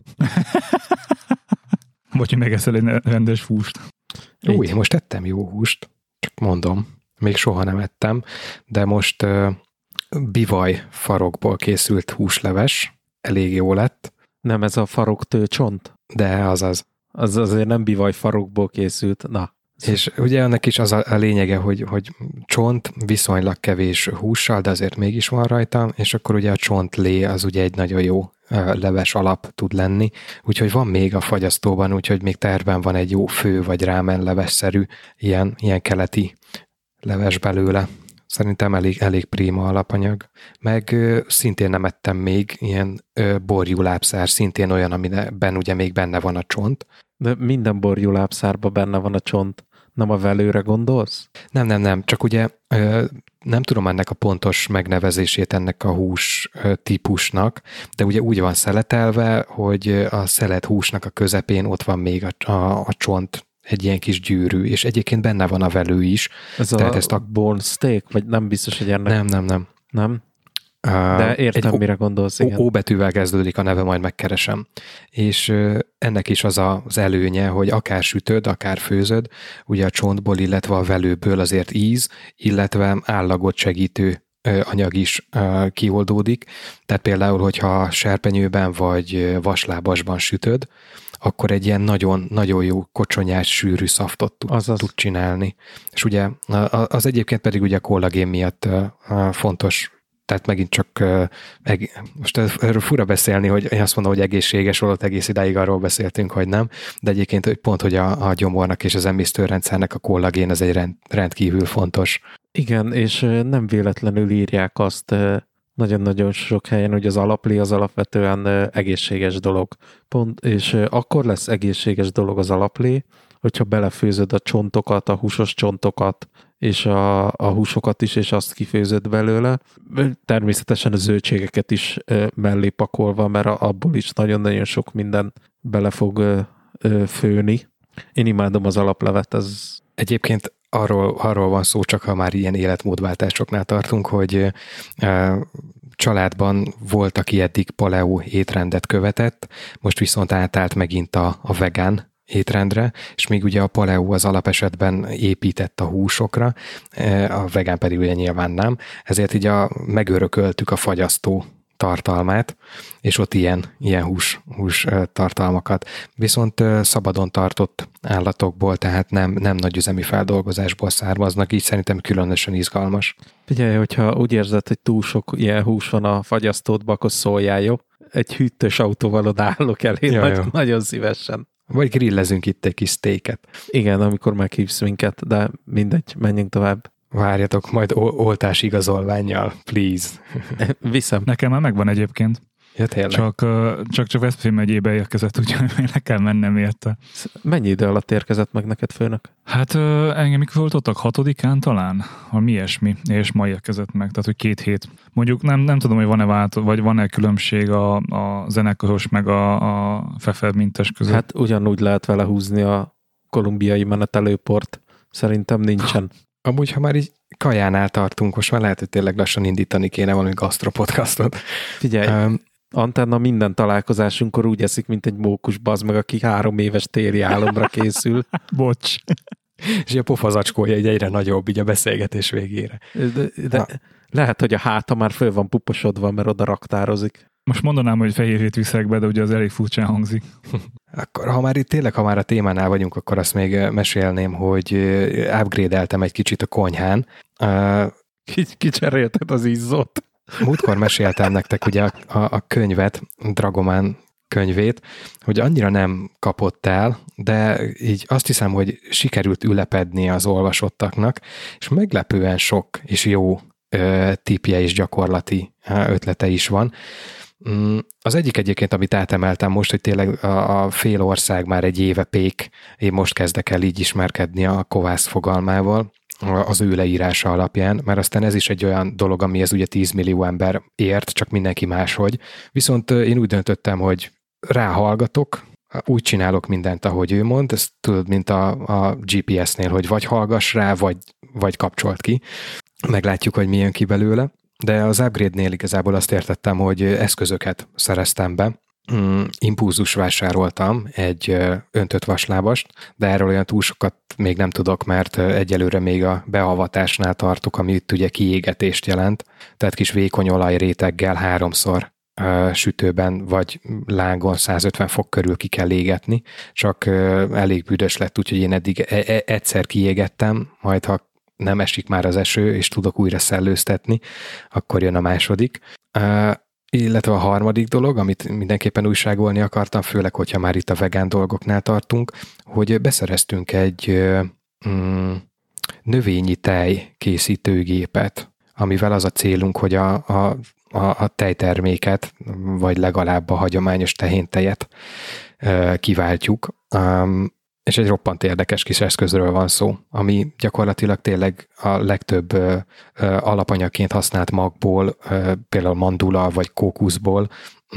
Vagy hogy megeszel egy rendes húst. Jó, én most ettem jó húst, csak mondom, még soha nem ettem, de most bivaj farokból készült húsleves, elég jó lett. Nem ez a farogtőcsont? De azaz. Az azért nem bivaj farokból készült, na. És ugye ennek is az a lényege, hogy csont viszonylag kevés hússal, de azért mégis van rajta, és akkor ugye a csontlé az ugye egy nagyon jó leves alap tud lenni, úgyhogy van még a fagyasztóban, úgyhogy még tervben van egy jó fő vagy rámen levesszerű ilyen keleti leves belőle. Szerintem elég prima alapanyag. Meg szintén nem ettem még ilyen borjulábszár, szintén olyan, amiben ugye még benne van a csont. De minden borjulábszárban benne van a csont. Nem a velőre gondolsz? Nem, csak ugye nem tudom ennek a pontos megnevezését ennek a hús típusnak, de ugye úgy van szeletelve, hogy a szelet húsnak a közepén ott van még a csont, egy ilyen kis gyűrű, és egyébként benne van a velő is. Ez a bone steak, vagy nem biztos, hogy ennek... Nem. Nem? De értem, mire gondolsz, igen. O betűvel kezdődik a neve, majd megkeresem. És ennek is az előnye, hogy akár sütöd, akár főzöd, ugye a csontból, illetve a velőből azért íz, illetve állagot segítő anyag is kioldódik. Tehát például, hogyha serpenyőben vagy vaslábasban sütöd, akkor egy ilyen nagyon jó kocsonyás, sűrű szaftot tud csinálni. És ugye az egyébként pedig ugye a kollagén miatt fontos. Tehát megint csak, most erről fura beszélni, hogy én azt mondom, hogy egészséges volt, egész idáig arról beszéltünk, hogy nem, de egyébként pont, hogy a gyomornak és az emésztőrendszernek a kollagén az egy rendkívül fontos. Igen, és nem véletlenül írják azt nagyon-nagyon sok helyen, hogy az alaplé az alapvetően egészséges dolog. És akkor lesz egészséges dolog az alaplé, hogyha belefőzöd a csontokat, a húsos csontokat, és a húsokat is, és azt kifőzöd belőle. Természetesen a zöldségeket is mellé pakolva, mert abból is nagyon-nagyon sok minden bele fog főni. Én imádom az alaplevet. Egyébként arról van szó, csak ha már ilyen életmódváltásoknál tartunk, hogy családban volt, aki eddig paleo étrendet követett, most viszont átállt megint a vegán étrendre, és még ugye a paleo az alapesetben épített a húsokra, a vegán pedig ugye nyilván nem, ezért így megörököltük a fagyasztó tartalmát, és ott ilyen hús tartalmakat. Viszont szabadon tartott állatokból, tehát nem nagy üzemi feldolgozásból származnak, így szerintem különösen izgalmas. Figyelj, hogyha úgy érzed, hogy túl sok ilyen hús van a fagyasztódban, akkor szóljál, jó? Egy hűtős autóval odaállok elé, nagyon szívesen. Vagy grillezünk itt egy kis steaket. Igen, amikor meghívsz minket, de mindegy, menjünk tovább. Várjatok, majd oltás igazolvánnyal, please. Viszem. Nekem már megvan egyébként. Ja, tényleg. Csak Veszprém megyébe érkezett, úgyhogy le kell mennem érte. Mennyi idő alatt érkezett meg neked, főnök? Hát engem mikor voltottak 6-án talán, valami ilyesmi, és ma érkezett meg, tehát hogy 2 hét. Mondjuk nem tudom, hogy van-e vagy van-e különbség a zenekaros meg a fefelmintes között. Hát ugyanúgy lehet vele húzni a kolumbiai menetelőport. Szerintem nincsen. Amúgy, ha már így kajánál tartunk, most már lehet, hogy tényleg lassan indítani kéne valami gasztropodcastot. Figyelj, Antenna minden találkozásunkkor úgy eszik, mint egy mókus bazd meg, aki 3 éves téri álomra készül. Bocs. És a pofazacskója így egyre nagyobb így a beszélgetés végére. De lehet, hogy a háta már föl van puposodva, mert oda raktározik. Most mondanám, hogy fehérjét viszek be, de ugye az elég furcsán hangzik. Akkor, ha már a témánál vagyunk, akkor azt még mesélném, hogy upgrade-eltem egy kicsit a konyhán. Kicserélted az izzót. Múltkor meséltem nektek ugye a könyvet, Dragomán könyvét, hogy annyira nem kapott el, de így azt hiszem, hogy sikerült ülepedni az olvasottaknak, és meglepően sok és jó tippje és gyakorlati ötlete is van. Az egyik egyébként, amit átemeltem most, hogy tényleg a fél ország már egy éve pék, én most kezdek el így ismerkedni a kovász fogalmával, az ő leírása alapján, mert aztán ez is egy olyan dolog, amihez ugye 10 millió ember ért, csak mindenki máshogy. Viszont én úgy döntöttem, hogy ráhallgatok, úgy csinálok mindent, ahogy ő mond, ez tudod, mint a GPS-nél, hogy vagy hallgass rá, vagy kapcsolt ki. Meglátjuk, hogy mi jön ki belőle. De az upgrade-nél igazából azt értettem, hogy eszközöket szereztem be. Impulzus vásároltam egy öntött vaslábast, de erről olyan túl sokat még nem tudok, mert egyelőre még a beavatásnál tartok, ami itt ugye kiégetést jelent. Tehát kis vékony olajréteggel 3-szor sütőben vagy lágon 150 fok körül ki kell égetni, csak elég büdös lett, úgyhogy én eddig egyszer kiégettem, majd ha nem esik már az eső, és tudok újra szellőztetni, akkor jön a második. Illetve a harmadik dolog, amit mindenképpen újságolni akartam, főleg, hogyha már itt a vegán dolgoknál tartunk, hogy beszereztünk egy növényi tej készítőgépet, amivel az a célunk, hogy a tejterméket, vagy legalább a hagyományos tehéntejet kiváltjuk. És egy roppant érdekes kis eszközről van szó, ami gyakorlatilag tényleg a legtöbb alapanyagként használt magból, például mandula vagy kókuszból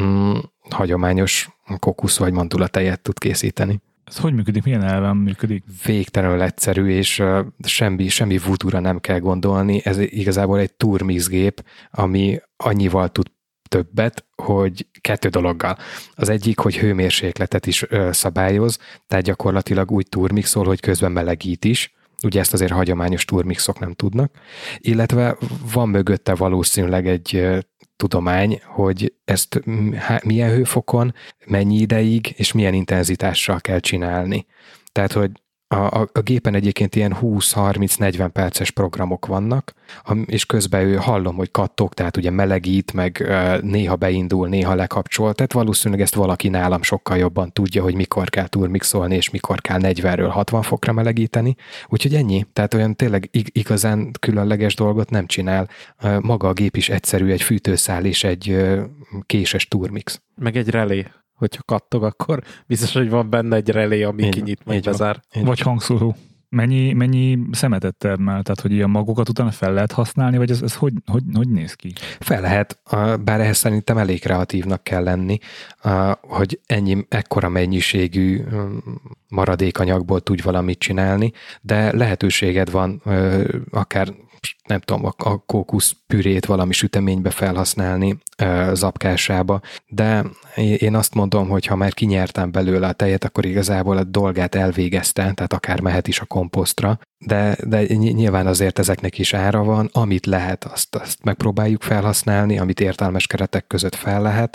hagyományos kókusz vagy mandula tejet tud készíteni. Ez hogy működik? Milyen elven működik? Végtelenül egyszerű, és semmi voodoo-ra nem kell gondolni. Ez igazából egy turmix gép, ami annyival tud többet, hogy 2 dologgal. Az egyik, hogy hőmérsékletet is szabályoz, tehát gyakorlatilag úgy turmixol, hogy közben melegít is. Ugye ezt azért hagyományos turmixok nem tudnak. Illetve van mögötte valószínűleg egy tudomány, hogy ezt milyen hőfokon, mennyi ideig és milyen intenzitással kell csinálni. Tehát, hogy a gépen egyébként ilyen 20-30-40 perces programok vannak, és közben ő hallom, hogy kattog, tehát ugye melegít, meg néha beindul, néha lekapcsol, tehát valószínűleg ezt valaki nálam sokkal jobban tudja, hogy mikor kell turmixolni, és mikor kell 40-ről 60 fokra melegíteni. Úgyhogy ennyi, tehát olyan tényleg igazán különleges dolgot nem csinál. Maga a gép is egyszerű, egy fűtőszál és egy késes turmix. Meg egy relé. Hogyha kattog, akkor biztos, hogy van benne egy relé, ami kinyit, meg bezár. Vagy hangszóró. Mennyi szemetet termel? Tehát, hogy ilyen magokat utána fel lehet használni, vagy ez hogy néz ki? Fel lehet, bár ehhez szerintem elég kreatívnak kell lenni, hogy ekkora mennyiségű maradékanyagból tudj valamit csinálni, de lehetőséged van akár nem tudom, a kókusz pürét valami süteménybe felhasználni, zapkásába, de én azt mondom, hogy ha már kinyertem belőle a tejet, akkor igazából a dolgát elvégezte, tehát akár mehet is a komposztra, de nyilván azért ezeknek is ára van, amit lehet, azt megpróbáljuk felhasználni, amit értelmes keretek között fel lehet,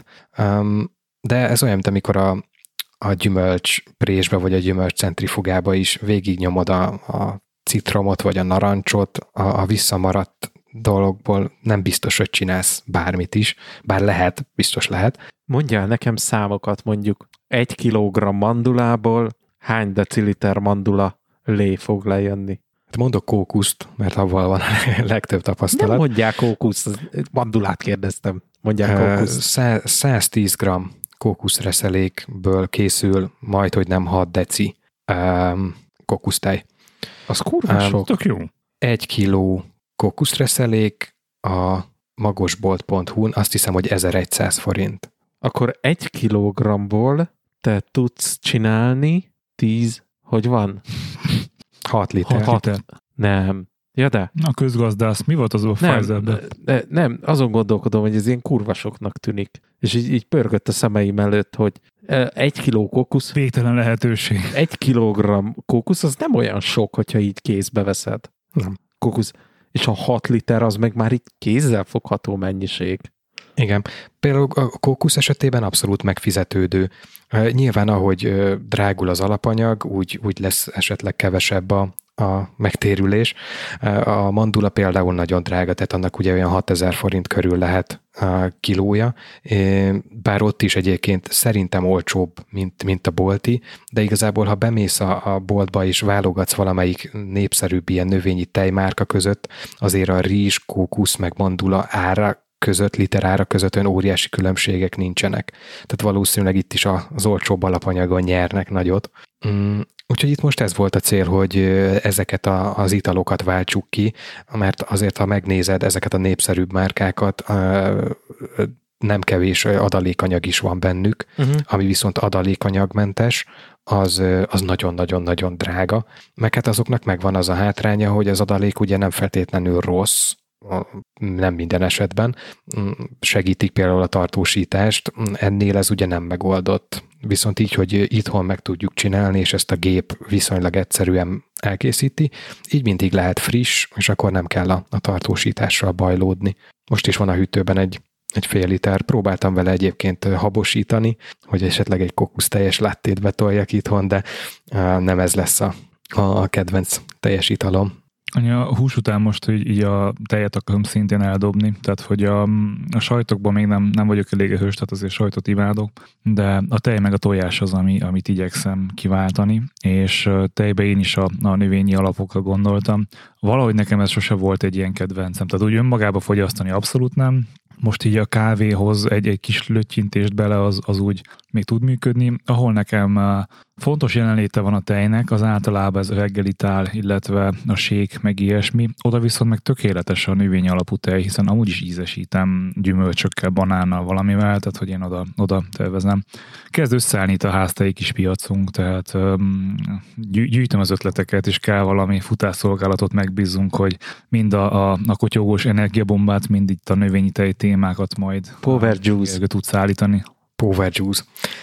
de ez olyan, mint amikor a gyümölcsprésbe vagy a gyümölcscentrifugába is végignyomod a citromot vagy a narancsot, a visszamaradt dologból nem biztos, hogy csinálsz bármit is, bár lehet, biztos lehet. Mondjál nekem számokat, mondjuk 1 kilogramm mandulából hány deciliter mandula lé fog lejönni? Hát mondok kókuszt, mert avval van a legtöbb tapasztalat. Nem mondják kókusz, mandulát kérdeztem. Mondják kókusz. 110 g kókuszreszelékből készül majd, hogy nem 6 deci kókusztej. Az kurva sok. Tök jó. 1 kiló kókuszreszelék a magosbolt.hu-n azt hiszem, hogy 1100 forint. Akkor 1 kilogramból te tudsz csinálni 10, Hogy van? 6 liter. 6 liter. Nem. Ja, de. A közgazdász, mi volt az a Pfizerben? Nem, azon gondolkodom, hogy ez ilyen kurvasoknak tűnik. És így pörgött a szemeim előtt, hogy 1 kiló kókusz. Végtelen lehetőség. 1 kilogramm kókusz, az nem olyan sok, hogyha így kézbe veszed. Nem. Kókusz. És a 6 liter az meg már itt kézzel fogható mennyiség. Igen. Például a kókusz esetében abszolút megfizetődő. Nyilván, ahogy drágul az alapanyag, úgy lesz esetleg kevesebb a megtérülés. A mandula például nagyon drága, tehát annak ugye olyan 6000 forint körül lehet a kilója, bár ott is egyébként szerintem olcsóbb, mint a bolti, de igazából, ha bemész a boltba és válogatsz valamelyik népszerűbb ilyen növényi tejmárka között, azért a rizs, kókusz meg mandula ára között, literára között olyan óriási különbségek nincsenek. Tehát valószínűleg itt is az olcsóbb alapanyagon nyernek nagyot. Úgyhogy itt most ez volt a cél, hogy ezeket az italokat váltsuk ki, mert azért, ha megnézed ezeket a népszerűbb márkákat, nem kevés adalékanyag is van bennük, ami viszont adalékanyagmentes, az nagyon-nagyon-nagyon drága. Meg hát azoknak megvan az a hátránya, hogy az adalék ugye nem feltétlenül rossz, nem minden esetben, segítik például a tartósítást, ennél ez ugye nem megoldott. Viszont így, hogy itthon meg tudjuk csinálni, és ezt a gép viszonylag egyszerűen elkészíti, így mindig lehet friss, és akkor nem kell a tartósítással bajlódni. Most is van a hűtőben egy fél liter. Próbáltam vele egyébként habosítani, hogy esetleg egy kokuszteljes lattét betoljak itthon, de nem ez lesz a kedvenc teljes italom. A hús után most így a tejet akarom szintén eldobni, tehát hogy a sajtokban még nem vagyok elég hős, tehát azért sajtot imádok, de a tej meg a tojás az, amit igyekszem kiváltani, és tejbe én is a növényi alapokra gondoltam. Valahogy nekem ez sose volt egy ilyen kedvencem, tehát úgy önmagába fogyasztani abszolút nem. Most így a kávéhoz egy kis löttyintést bele, az úgy még tud működni. Ahol nekem fontos jelenléte van a tejnek, az általában ez reggelitál, illetve a shake, meg ilyesmi. Oda viszont meg tökéletes a növény alapú tej, hiszen amúgy is ízesítem gyümölcsökkel, banánnal, valamivel, tehát hogy én oda tervezem. Kezd összeállni itt a házteji kis piacunk, tehát gyűjtöm az ötleteket, és kell valami futásszolgálatot megbízunk, hogy mind a kotyogós energiabombát, mind itt a növényi tej témákat majd Power Juice tudsz állítani. Power Juice.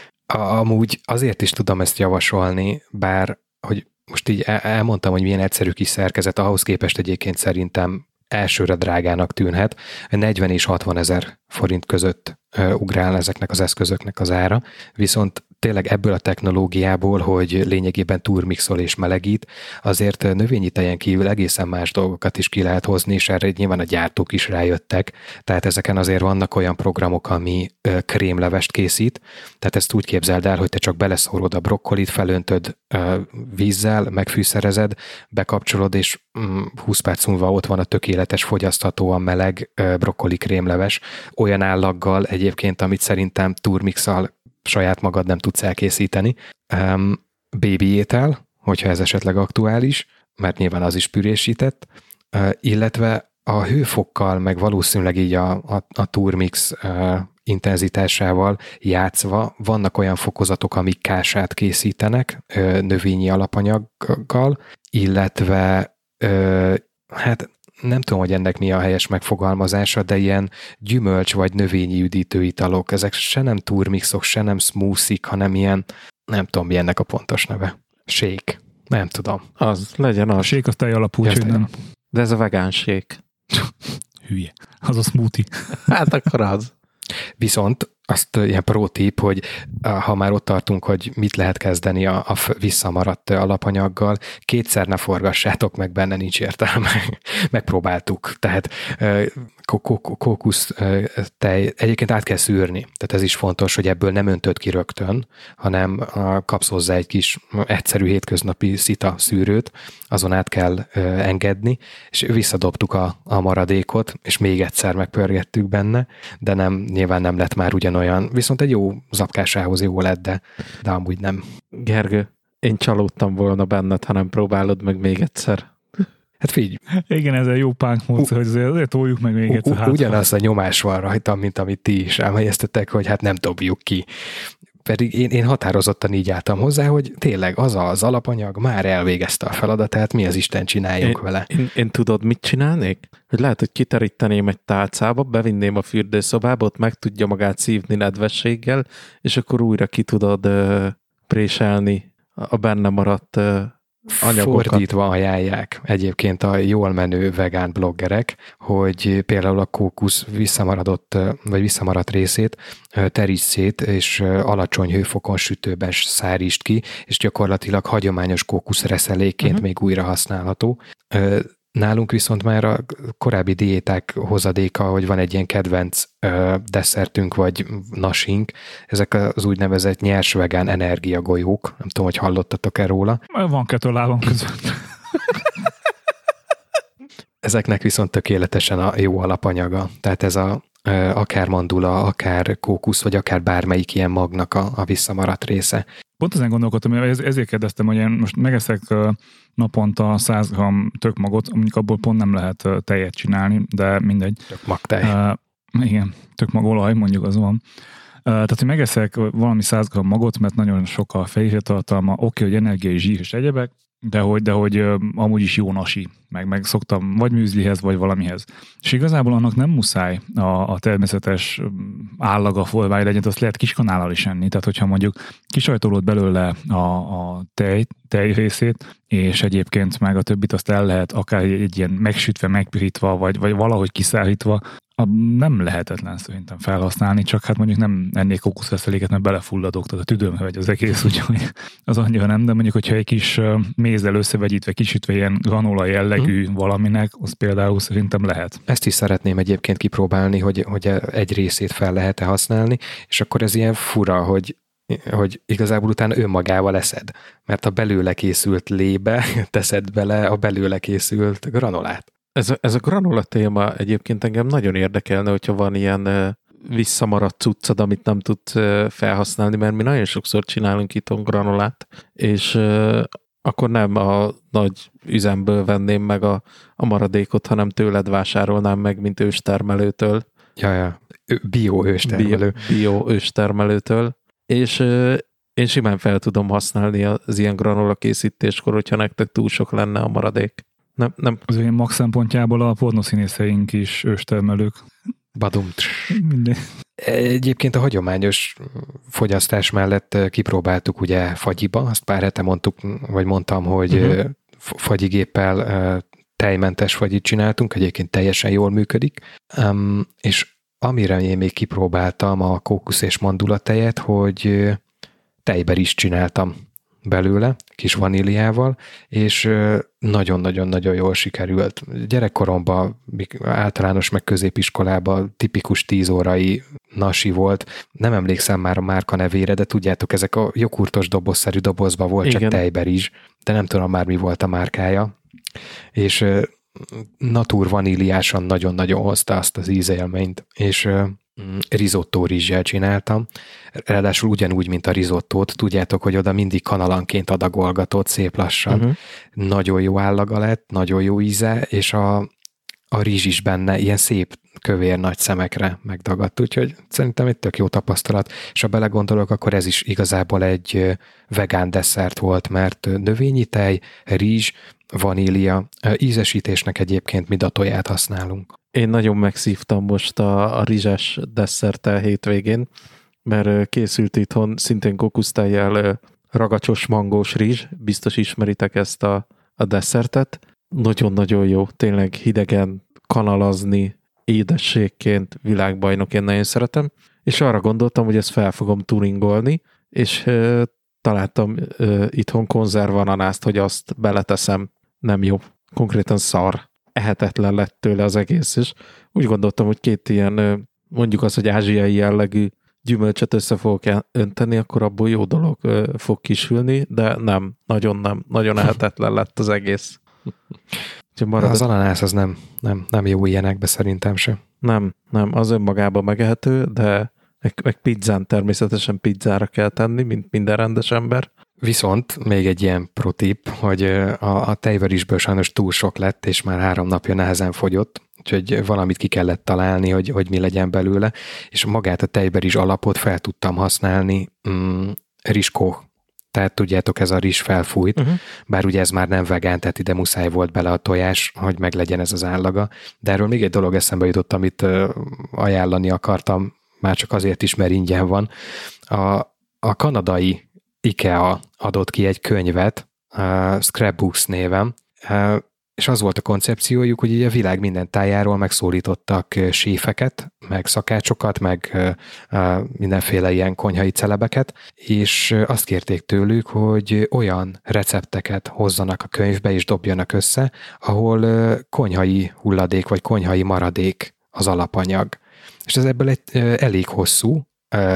Amúgy azért is tudom ezt javasolni, bár, hogy most így elmondtam, hogy milyen egyszerű kis szerkezet, ahhoz képest egyébként szerintem elsőre drágának tűnhet. 40 és 60 ezer forint között ugrál ezeknek az eszközöknek az ára, viszont tényleg ebből a technológiából, hogy lényegében turmixol és melegít, azért növényi tejen kívül egészen más dolgokat is ki lehet hozni, és erre nyilván a gyártók is rájöttek, tehát ezeken azért vannak olyan programok, ami krémlevest készít, tehát ezt úgy képzeld el, hogy te csak beleszórod a brokkolit, felöntöd vízzel, megfűszerezed, bekapcsolod, és 20 perc múlva ott van a tökéletes, fogyaszthatóan meleg brokkoli krémleves, olyan állaggal egyébként, amit szerintem turmixal saját magad nem tudsz elkészíteni. Baby étel, hogyha ez esetleg aktuális, mert nyilván az is pürésített, illetve a hőfokkal, meg valószínűleg így a turmix intenzitásával játszva vannak olyan fokozatok, amik kását készítenek növényi alapanyaggal, illetve hát nem tudom, hogy ennek mi a helyes megfogalmazása, de ilyen gyümölcs vagy növényi üdítő italok, ezek se nem turmixok, se nem smoothie-k, hanem ilyen, nem tudom, mi ennek a pontos neve. Shake. Nem tudom. Az, legyen az. A shake az tej alapú, úgyhogy nem. De ez a vegán shake. Hülye. Az a smoothie. Hát akkor az. Viszont azt ilyen pro tip, hogy ha már ott tartunk, hogy mit lehet kezdeni a visszamaradt alapanyaggal, kétszer ne forgassátok meg, benne nincs értelme. Megpróbáltuk. Tehát kókusz tej egyébként át kell szűrni. Tehát ez is fontos, hogy ebből nem öntöd ki rögtön, hanem kapsz hozzá egy kis egyszerű hétköznapi szita szűrőt, azon át kell engedni, és visszadobtuk a maradékot, és még egyszer megpörgettük benne, de nyilván nem lett már ugyanolyan. Viszont egy jó zapkásához jó lett, de amúgy nem. Gergő, én csalódtam volna benned, ha nem próbálod meg még egyszer. Hát figyelj. Igen, ez egy jó pánk módszer, hogy azért toljuk meg még egyszer. Ugyanaz a nyomás van rajtam, mint amit ti is elmegyeztetek, hogy hát nem dobjuk ki. Pedig én határozottan így álltam hozzá, hogy tényleg az alapanyag már elvégezte a feladatát, mi az Isten csináljuk vele. Én tudod, mit csinálnék? Hogy lehet, hogy kiteríteném egy tálcába, bevinném a fürdőszobába, ott meg tudja magát szívni nedvességgel, és akkor újra ki tudod préselni a benne maradt anyagokat. Fordítva ajánlják egyébként a jól menő vegán bloggerek, hogy például a kókusz visszamaradt részét teríts szét, és alacsony hőfokon sütőben szárítsd ki, és gyakorlatilag hagyományos kókuszreszelékként még újra használható. Nálunk viszont már a korábbi diéták hozadéka, hogy van egy ilyen kedvenc desszertünk, vagy nasink, ezek az úgynevezett nyers vegán energiagolyók. Nem tudom, hogy hallottatok-e róla. Van kettő lábam között. Ezeknek viszont tökéletesen a jó alapanyaga. Tehát ez akár mandula, akár kókusz, vagy akár bármelyik ilyen magnak a visszamaradt része. Pont ezen gondolkodtam, ezért kérdeztem, hogy én most megeszek naponta 100 g tökmagot, mondjuk abból pont nem lehet tejet csinálni, de mindegy. Tökmagtej. Igen, tökmagolaj, mondjuk az van. Tehát, hogy megeszek valami 100 g magot, mert nagyon sok a fehérjetartalma, oké, hogy energiai zsír és egyebek, de hogy amúgy is jó nasi, meg szoktam vagy műzlihez, vagy valamihez. És igazából annak nem muszáj a természetes állaga folvány legyen, azt lehet kiskanállal is enni. Tehát, hogyha mondjuk kisajtolod belőle a tej részét, és egyébként meg a többit azt el lehet akár egy ilyen megsütve, megpirítva, vagy valahogy kiszárítva, nem lehetetlen szerintem felhasználni, csak hát mondjuk nem ennék kókuszreszeléket, mert belefulladok, tehát a tüdőmbe vagy az egész, úgyhogy az annyira nem, de mondjuk, hogyha egy kis mézzel összevegyítve, kisütve ilyen granola jellegű valaminek, az például szerintem lehet. Ezt is szeretném egyébként kipróbálni, hogy egy részét fel lehet-e használni, és akkor ez ilyen fura, hogy igazából utána önmagával eszed, mert a belőle készült lébe teszed bele a belőle készült granolát. Ez a granola téma egyébként engem nagyon érdekelne, hogyha van ilyen visszamaradt cuccad, amit nem tudsz felhasználni, mert mi nagyon sokszor csinálunk itthon granolát, és akkor nem a nagy üzemből venném meg a maradékot, hanem tőled vásárolnám meg, mint őstermelőtől. Ja. Bio őstermelő. Bio őstermelőtől. És én simán fel tudom használni az ilyen granola készítéskor, hogyha nektek túl sok lenne a maradék. Nem. Az én mag szempontjából a pornoszínészeink is őstermelők. Badumt. Minden. Egyébként a hagyományos fogyasztás mellett kipróbáltuk ugye fagyiba, azt pár hete mondtam, hogy fagyigéppel tejmentes fagyit csináltunk, egyébként teljesen jól működik, és amire én még kipróbáltam a kókusz és mandula tejet, hogy tejber is csináltam belőle, kis vaníliával, és nagyon-nagyon-nagyon jól sikerült. Gyerekkoromban, általános meg középiskolában tipikus 10 órai nasi volt. Nem emlékszem már a márka nevére, de tudjátok, ezek a jogurtos dobozszerű dobozban volt, igen. Csak tejber is, de nem tudom már mi volt a márkája. És natur vaníliásan nagyon-nagyon hozta azt az ízélményt, és risotto rizssel csináltam. Ráadásul ugyanúgy, mint a risottót, tudjátok, hogy oda mindig kanalanként adagolgatott szép lassan. Nagyon jó állaga lett, nagyon jó íze, és a rizs is benne ilyen szép kövér nagy szemekre megdagadt, úgyhogy szerintem egy tök jó tapasztalat, és ha belegondolok, akkor ez is igazából egy vegán desszert volt, mert növényi tej, rizs, vanília, ízesítésnek egyébként mi datóját használunk. Én nagyon megszívtam most a rizses desszerttel hétvégén, mert készült itthon szintén kókusztejjel ragacsos mangós rizs, biztos ismeritek ezt a desszertet. Nagyon-nagyon jó, tényleg hidegen kanalazni, édességként, világbajnok, én nagyon szeretem. És arra gondoltam, hogy ezt fel fogom tuningolni, és találtam itthon konzervananászt, hogy azt beleteszem. Nem jó, konkrétan szar. Ehetetlen lett tőle az egész, és úgy gondoltam, hogy 2 ilyen, mondjuk az, hogy ázsiai jellegű gyümölcsöt össze fogok önteni, akkor abból jó dolog fog kisülni, de nem, nagyon ehetetlen lett az egész. Az ananász az nem jó ilyenekbe szerintem sem. Nem, az önmagában megehető, de meg pizzán természetesen pizzára kell tenni, mint minden rendes ember. Viszont még egy ilyen protip, hogy a tejverisből sajnos túl sok lett, és már 3 napja nehezen fogyott, úgyhogy valamit ki kellett találni, hogy mi legyen belőle, és magát a tejberizs alapot fel tudtam használni rizskó. Tehát tudjátok, ez a rizs felfújt, bár ugye ez már nem vegán, tehát ide muszáj volt bele a tojás, hogy meglegyen ez az állaga. De erről még egy dolog eszembe jutott, amit ajánlani akartam, már csak azért is, mert ingyen van. A kanadai IKEA adott ki egy könyvet, Scrapbooks néven, és az volt a koncepciójuk, hogy ugye a világ minden tájáról megszólítottak séfeket, meg szakácsokat, meg mindenféle ilyen konyhai celebeket, és azt kérték tőlük, hogy olyan recepteket hozzanak a könyvbe és dobjanak össze, ahol konyhai hulladék vagy konyhai maradék az alapanyag. És ez ebből egy elég hosszú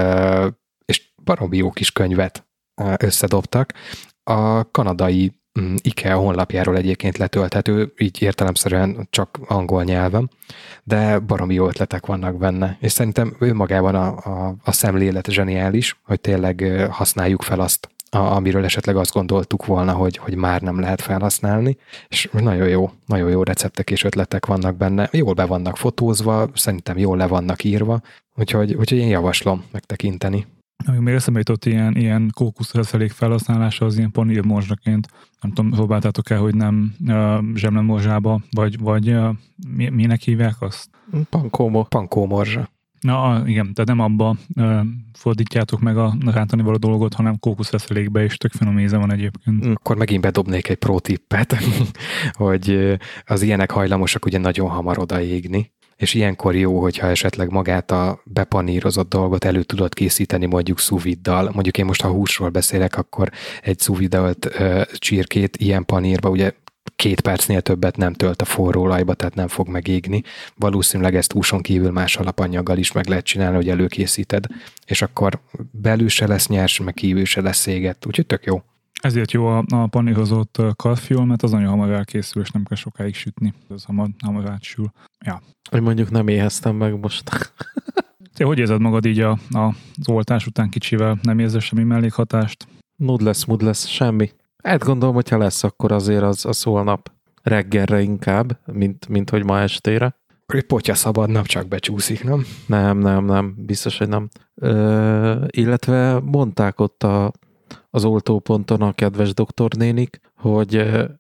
és baromi jó kis könyvet összedobtak. A kanadai IKEA honlapjáról egyébként letölthető, így értelemszerűen csak angol nyelven, de baromi jó ötletek vannak benne. És szerintem önmagában a szemlélet zseniális, hogy tényleg használjuk fel azt, amiről esetleg azt gondoltuk volna, hogy már nem lehet felhasználni, és nagyon jó receptek és ötletek vannak benne. Jól be vannak fotózva, szerintem jól le vannak írva, úgyhogy én javaslom megtekinteni. Még még eszembe jutott ilyen kókuszreszelék felhasználása az ilyen panírmorzsaként. Nem tudom, próbáltátok el, hogy nem zsemlemorzsába, vagy minek hívják azt? Pankómorzsa. Na igen, tehát nem abba fordítjátok meg a rántani való dolgot, hanem kókuszreszelékbe, és tök finom íze van egyébként. Akkor megint bedobnék egy pro tippet, hogy az ilyenek hajlamosak ugye nagyon hamar odaégni, és ilyenkor jó, hogyha esetleg magát a bepanírozott dolgot elő tudod készíteni mondjuk sous-vide-dal. Mondjuk én most, ha húsról beszélek, akkor egy sous-vide-olt csirkét ilyen panírba ugye 2 percnél többet nem tölt a forró olajba, tehát nem fog megégni. Valószínűleg ezt húson kívül más alapanyaggal is meg lehet csinálni, hogy előkészíted, és akkor belül se lesz nyers, meg kívül se lesz éget, úgyhogy tök jó. Ezért jó a panírozott karfiol, mert az nagyon hamar elkészül, és nem kell sokáig sütni. Ez hamar átsül. Ja. Hogy mondjuk nem éheztem meg most. Te hogy érzed magad így az oltás után kicsivel? Nem érzel semmi mellékhatást? Mood lesz, semmi. Hát gondolom, hogyha lesz, akkor azért az holnap reggelre inkább, mint hogy ma estére. Egy potya szabad nap csak becsúszik, nem? Nem, biztos, hogy nem. Illetve mondták ott az oltóponton a kedves doktornénik, hogy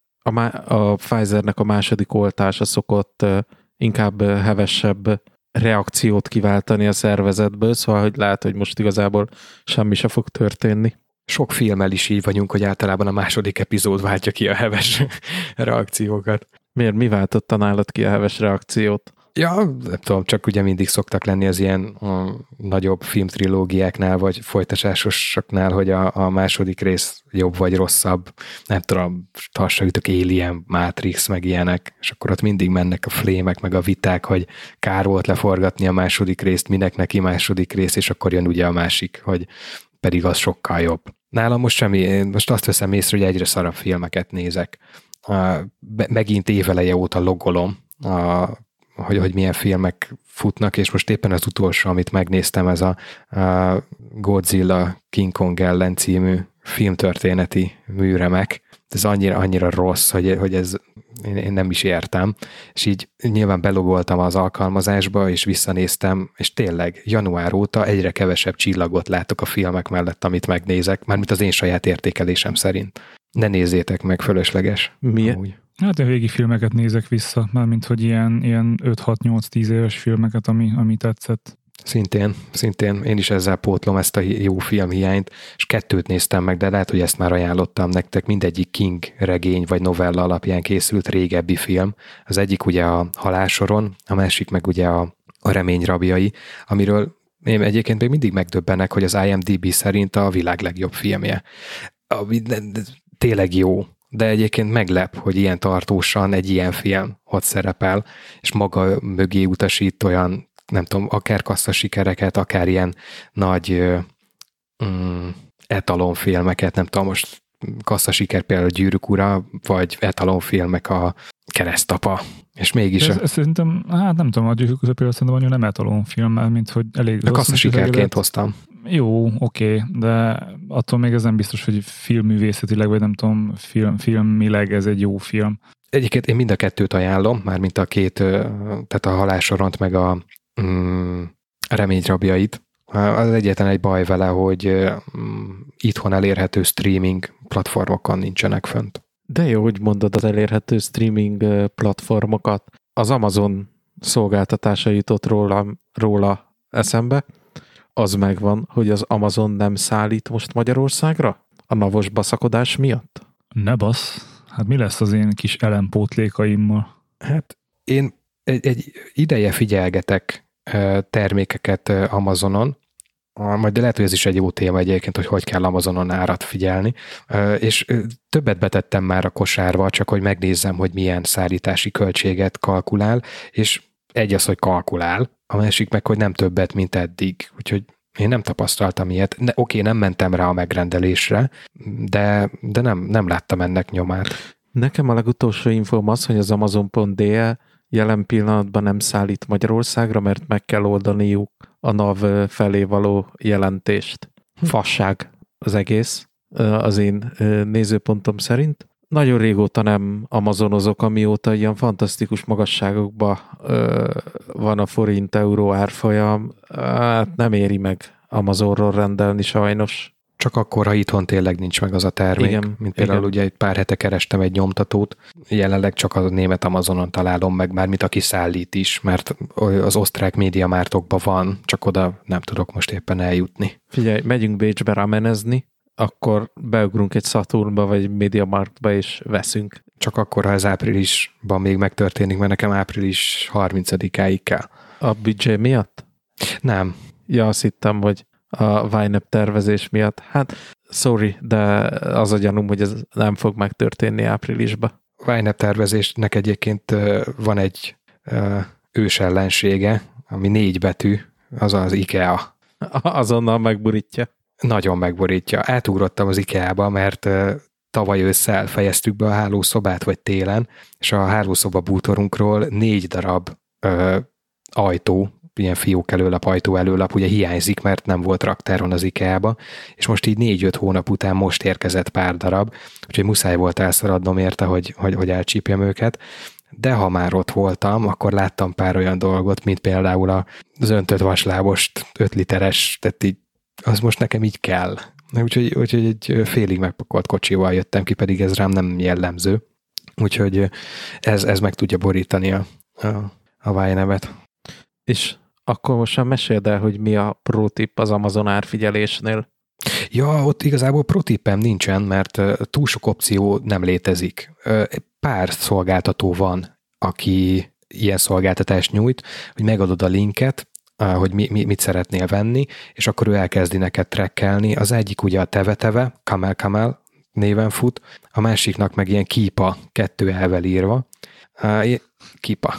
a Pfizernek a második oltása szokott inkább hevesebb reakciót kiváltani a szervezetből, szóval hogy lehet, hogy most igazából semmi se fog történni. Sok filmmel is így vagyunk, hogy általában a második epizód váltja ki a heves reakciókat. Miért? Mi váltotta nálad ki a heves reakciót? Ja, nem tudom, csak ugye mindig szoktak lenni az ilyen nagyobb filmtrilógiáknál, vagy folytatásosoknál, hogy a második rész jobb vagy rosszabb. Nem tudom, hasonlítok Alien, Matrix, meg ilyenek, és akkor ott mindig mennek a flémek, meg a viták, hogy kár volt leforgatni a második részt, minek neki második rész, és akkor jön ugye a másik, hogy pedig az sokkal jobb. Nálam most semmi, én most azt veszem észre, hogy egyre szarabb filmeket nézek. Megint éveleje óta logolom, hogy milyen filmek futnak, és most éppen az utolsó, amit megnéztem, ez a Godzilla King Kong ellen című filmtörténeti műremek. Ez annyira rossz, hogy ez én nem is értem. És így nyilván belogoltam az alkalmazásba, és visszanéztem, és tényleg január óta egyre kevesebb csillagot látok a filmek mellett, amit megnézek, mármint az én saját értékelésem szerint. Ne nézzétek meg, fölösleges. Miért? Hát én régi filmeket nézek vissza, mármint hogy ilyen 5-6-8-10 éves filmeket, ami tetszett. Szintén én is ezzel pótlom ezt a jó filmhiányt, és 2 néztem meg, de lehet, hogy ezt már ajánlottam nektek, mindegyik King regény vagy novella alapján készült régebbi film. Az egyik ugye a Halálsoron, a másik meg ugye a Remény rabjai, amiről én egyébként még mindig megdöbbenek, hogy az IMDb szerint a világ legjobb filmje. Tényleg jó. De egyébként meglep, hogy ilyen tartósan egy ilyen film ott szerepel, és maga mögé utasít olyan, nem tudom, akár kasszasikereket, akár ilyen nagy etalonfilmeket, nem tudom, most kasszasiker például a Gyűrűk ura, vagy etalonfilmek a Keresztapa, és mégis... Ez szerintem, hát nem tudom, a Gyűrűk ura például szerintem annyira nem etalonfilm, mint hogy elég a kasszasikerként hoztam. Jó, oké, de attól még ez nem biztos, hogy filmművészetileg, vagy nem tudom, filmileg ez egy jó film. Egyébként én mind a kettőt ajánlom, mármint a két, tehát a Halálsoront meg a Reményrabjait. Az egyetlen egy baj vele, hogy itthon elérhető streaming platformokon nincsenek fönt. De jó, hogy mondod az elérhető streaming platformokat. Az Amazon szolgáltatása jutott róla eszembe. Az megvan, hogy az Amazon nem szállít most Magyarországra? A navos baszakodás miatt? Ne basz, hát mi lesz az én kis ellenpótlékaimmal? Hát én egy ideje figyelgetek termékeket Amazonon, majd lehet, hogy ez is egy jó téma egyébként, hogy kell Amazonon árat figyelni, és többet betettem már a kosárba, csak hogy megnézzem, hogy milyen szállítási költséget kalkulál, és egy az, hogy kalkulál, a másik meg, hogy nem többet, mint eddig. Úgyhogy én nem tapasztaltam ilyet. Oké, nem mentem rá a megrendelésre, de nem láttam ennek nyomát. Nekem a legutolsó infóm az, hogy az Amazon.de jelen pillanatban nem szállít Magyarországra, mert meg kell oldaniuk a NAV felé való jelentést. Fasság az egész, az én nézőpontom szerint. Nagyon régóta nem amazonozok, amióta ilyen fantasztikus magasságokban van a forint-euró árfolyam. Hát nem éri meg Amazonról rendelni sajnos. Csak akkor, ha itthon tényleg nincs meg az a termék. Igen, mint például ugye egy pár hete kerestem egy nyomtatót, jelenleg csak a német Amazonon találom meg, mármint aki szállít is, mert az osztrák médiamártokban van, csak oda nem tudok most éppen eljutni. Figyelj, megyünk Bécsbe ramenezni, akkor beugrunk egy Saturnba vagy egy MediaMarktba és veszünk. Csak akkor, ha ez áprilisban még megtörténik, mert nekem április 30-áig kell. A büdzsé miatt? Nem. Ja, azt hittem, hogy a YNAB tervezés miatt. Hát, sorry, de az a gyanúm, hogy ez nem fog megtörténni áprilisba. YNAB tervezésnek egyébként van egy ős ellensége, ami 4 betű, az az IKEA. Azonnal megborítja. Nagyon megborítja. Átugrottam az IKEA-ba, mert tavaly ősszel fejeztük be a hálószobát, vagy télen, és a hálószoba bútorunkról 4 darab ajtó, ilyen fiók előlap, ajtó előlap, ugye hiányzik, mert nem volt raktáron az IKEA-ba, és most így 4-5 hónap után most érkezett pár darab, úgyhogy muszáj volt elszaladnom érte, hogy elcsípjem őket, de ha már ott voltam, akkor láttam pár olyan dolgot, mint például az öntött vaslábost 5 literes, tehát így, az most nekem így kell. Úgyhogy egy félig megpakolt kocsival jöttem ki, pedig ez rám nem jellemző. Úgyhogy ez meg tudja borítani a YNAB-et. És akkor most már meséld el, hogy mi a pro tip az Amazon árfigyelésnél. Ja, ott igazából pro tippem nincsen, mert túl sok opció nem létezik. Pár szolgáltató van, aki ilyen szolgáltatást nyújt, hogy megadod a linket, hogy mit szeretnél venni, és akkor ő elkezdi neked trackelni. Az egyik ugye a Teve, Camel néven fut, a másiknak meg ilyen Keepa, 2 elvel írva. Keepa.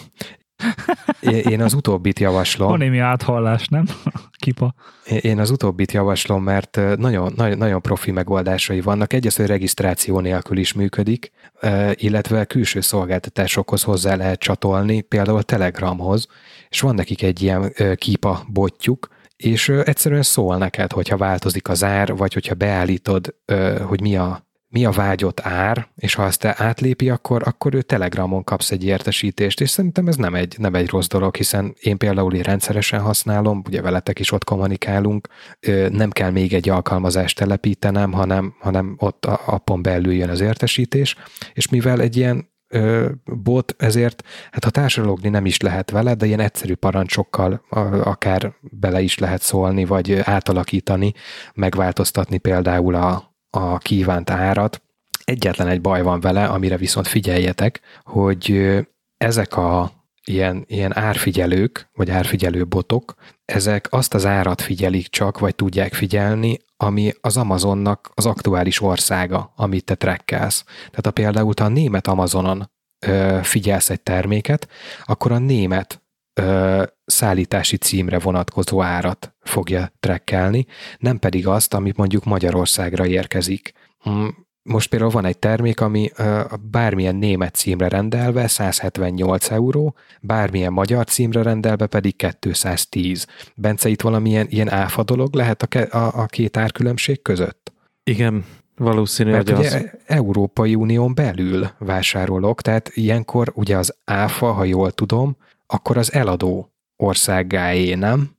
Én az utóbbit javaslom. Van némi áthallás, nem? Kipa. Én az utóbbit javaslom, mert nagyon profi megoldásai vannak. Egyrészt, hogy regisztráció nélkül is működik, illetve külső szolgáltatásokhoz hozzá lehet csatolni, például Telegramhoz, és van nekik egy ilyen Keepa botjuk, és egyszerűen szól neked, hogyha változik az ár, vagy hogyha beállítod, hogy mi a vágyott ár, és ha azt átlépi, akkor ő Telegramon kapsz egy értesítést, és szerintem ez nem egy rossz dolog, hiszen én például én rendszeresen használom, ugye veletek is ott kommunikálunk, nem kell még egy alkalmazást telepítenem, hanem ott a appon belül jön az értesítés, és mivel egy ilyen bot, ezért, hát ha társalogni nem is lehet vele, de ilyen egyszerű parancsokkal akár bele is lehet szólni, vagy átalakítani, megváltoztatni például a kívánt árat. Egyetlen egy baj van vele, amire viszont figyeljetek, hogy ezek a ilyen árfigyelők, vagy árfigyelő botok, ezek azt az árat figyelik csak, vagy tudják figyelni, ami az Amazonnak az aktuális országa, amit te trackelsz. Tehát ha például te a német Amazonon figyelsz egy terméket, akkor a német szállítási címre vonatkozó árat fogja trackelni, nem pedig azt, amit mondjuk Magyarországra érkezik. most például van egy termék, ami bármilyen német címre rendelve 178 €, bármilyen magyar címre rendelve pedig 210. Bence, itt valamilyen ilyen áfa dolog lehet a két árkülönbség között? Igen, valószínű, mert hogy ugye az... Európai Unión belül vásárolok, tehát ilyenkor ugye az áfa, ha jól tudom, akkor az eladó országáé, nem?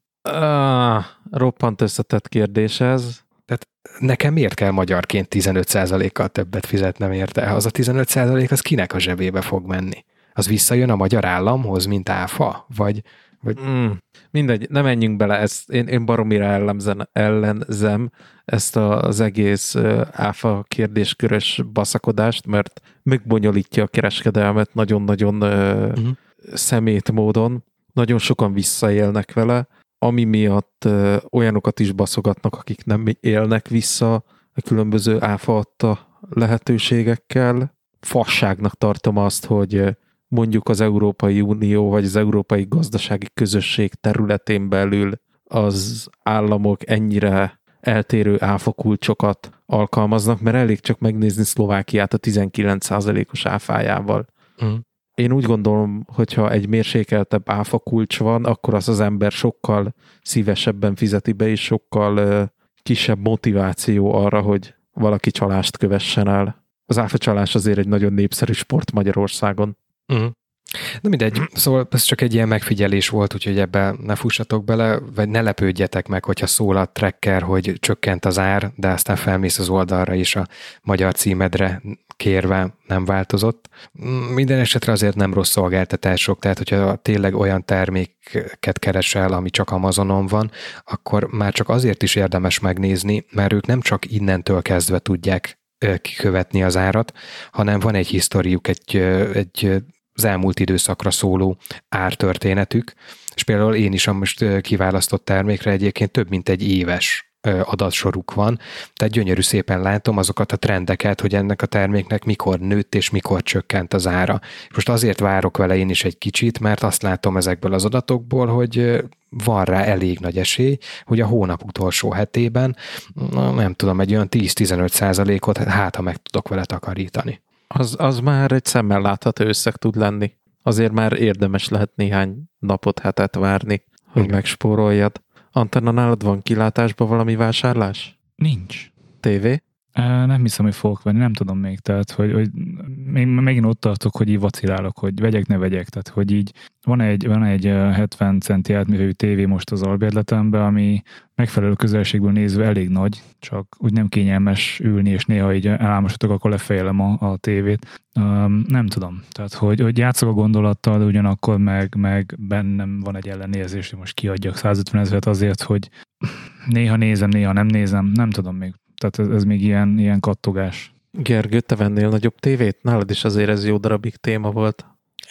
Roppant összetett kérdés ez. Tehát nekem miért kell magyarként 15%-kal többet fizetnem érte? Az a 15% az kinek a zsebébe fog menni? Az visszajön a magyar államhoz, mint áfa? Vagy... Mindegy, nem menjünk bele, ezt én baromira ellenzem ezt az egész áfa kérdéskörös baszakodást, mert megbonyolítja a kereskedelmet nagyon-nagyon szemét módon. Nagyon sokan visszaélnek vele, ami miatt olyanokat is baszogatnak, akik nem élnek vissza a különböző áfa adta lehetőségekkel. Fasságnak tartom azt, hogy mondjuk az Európai Unió vagy az Európai Gazdasági Közösség területén belül az államok ennyire eltérő áfakulcsokat alkalmaznak, mert elég csak megnézni Szlovákiát a 19%-os áfájával. Én úgy gondolom, hogyha egy mérsékeltebb áfakulcs van, akkor az ember sokkal szívesebben fizeti be, és sokkal kisebb motiváció arra, hogy valaki csalást kövessen el. Az áfacsalás azért egy nagyon népszerű sport Magyarországon. Na mindegy, szóval ez csak egy ilyen megfigyelés volt, úgyhogy ebbe ne fussatok bele, vagy ne lepődjetek meg, hogyha szól a tracker, hogy csökkent az ár, de aztán felmész az oldalra is a magyar címedre kérve nem változott. Minden esetre azért nem rossz szolgáltatások, tehát hogyha tényleg olyan terméket keresel, ami csak Amazonon van, akkor már csak azért is érdemes megnézni, mert ők nem csak innentől kezdve tudják kikövetni az árat, hanem van egy historiuk, egy az elmúlt időszakra szóló ártörténetük, és például én is a most kiválasztott termékre egyébként több mint egy éves adatsoruk van, tehát gyönyörű szépen látom azokat a trendeket, hogy ennek a terméknek mikor nőtt és mikor csökkent az ára. Most azért várok vele én is egy kicsit, mert azt látom ezekből az adatokból, hogy van rá elég nagy esély, hogy a hónap utolsó hetében, nem tudom, egy olyan 10-15%-ot ha meg tudok vele takarítani. Az már egy szemmel látható összeg tud lenni. Azért már érdemes lehet néhány napot, hetet várni, hogy megspóroljad. Antenna, nálad van kilátásban valami vásárlás? Nincs. TV? Nem hiszem, hogy fogok venni, nem tudom még, tehát, hogy még megint ott tartok, hogy így vacilálok, hogy vegyek, ne vegyek, tehát, hogy így van egy 70 centi átmérőjű tévé most az albérletemben, ami megfelelő közelségből nézve elég nagy, csak úgy nem kényelmes ülni, és néha így elálmosodok, akkor lefejelem a tévét. Nem tudom, tehát, hogy játszok a gondolattal, de ugyanakkor meg bennem van egy ellenérzés, hogy most kiadjak 150 000 azért, hogy néha nézem, néha nem nézem, nem tudom még. Tehát ez még ilyen kattogás. Gergő, te vennél nagyobb tévét? Nálad is azért ez jó darabig téma volt.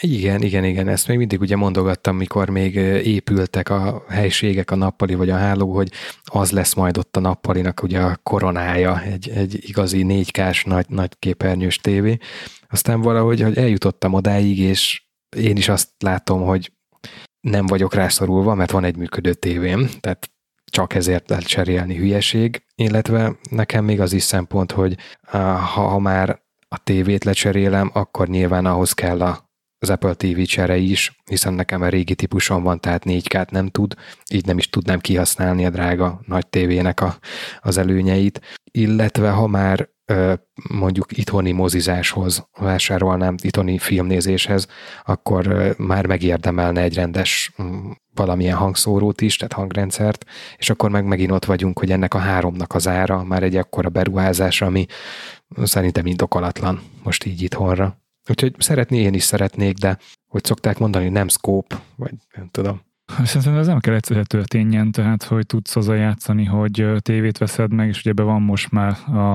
Igen, ezt még mindig ugye mondogattam, mikor még épültek a helységek, a nappali vagy a háló, hogy az lesz majd ott a nappalinak ugye a koronája, egy igazi 4K-s nagy képernyős tévé. Aztán valahogy hogy eljutottam odáig, és én is azt látom, hogy nem vagyok rászorulva, mert van egy működő tévém, tehát csak ezért lehet cserélni hülyeség, illetve nekem még az is szempont, hogy ha már a tévét lecserélem, akkor nyilván ahhoz kell az Apple TV csere is, hiszen nekem a régi típuson van, tehát 4K-t nem tud, így nem is tudnám kihasználni a drága nagy tévének az előnyeit, illetve ha már mondjuk itthoni mozizáshoz vásárolnám, itthoni filmnézéshez, akkor már megérdemelne egy rendes valamilyen hangszórót is, tehát hangrendszert, és akkor megint ott vagyunk, hogy ennek a 3-nak az ára már egy akkora beruházás, ami szerintem indokolatlan most így itthonra. Úgyhogy én is szeretnék, de hogy szokták mondani, nem scope, vagy nem tudom. Szerintem ez nem kell egyszerűen történjen, tehát hogy tudsz azzal játszani, hogy tévét veszed meg, és ugye be van most már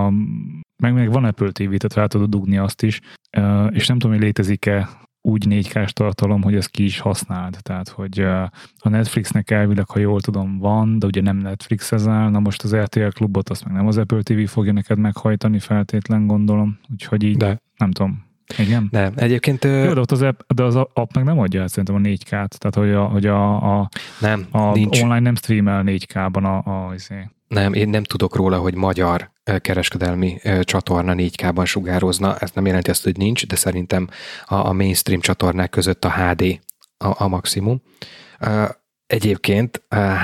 meg van Apple TV, tehát rá tudod dugni azt is, és nem tudom, hogy létezik-e úgy 4K-s tartalom, hogy ezt ki is használd. Tehát, hogy a Netflixnek elvileg, ha jól tudom, van, de ugye nem Netflixhez áll, na most az RTL Klubot azt meg nem az Apple TV fogja neked meghajtani feltétlen, gondolom. Úgyhogy így, de nem tudom. Igen? De egyébként... Jó, de az app meg nem adja el szerintem a 4K-t, tehát hogy nem, nincs. Online nem streamel 4K-ban én nem tudok róla, hogy magyar kereskedelmi csatorna 4K-ban sugározna. Ez nem jelenti azt, hogy nincs, de szerintem a mainstream csatornák között a HD a maximum. Egyébként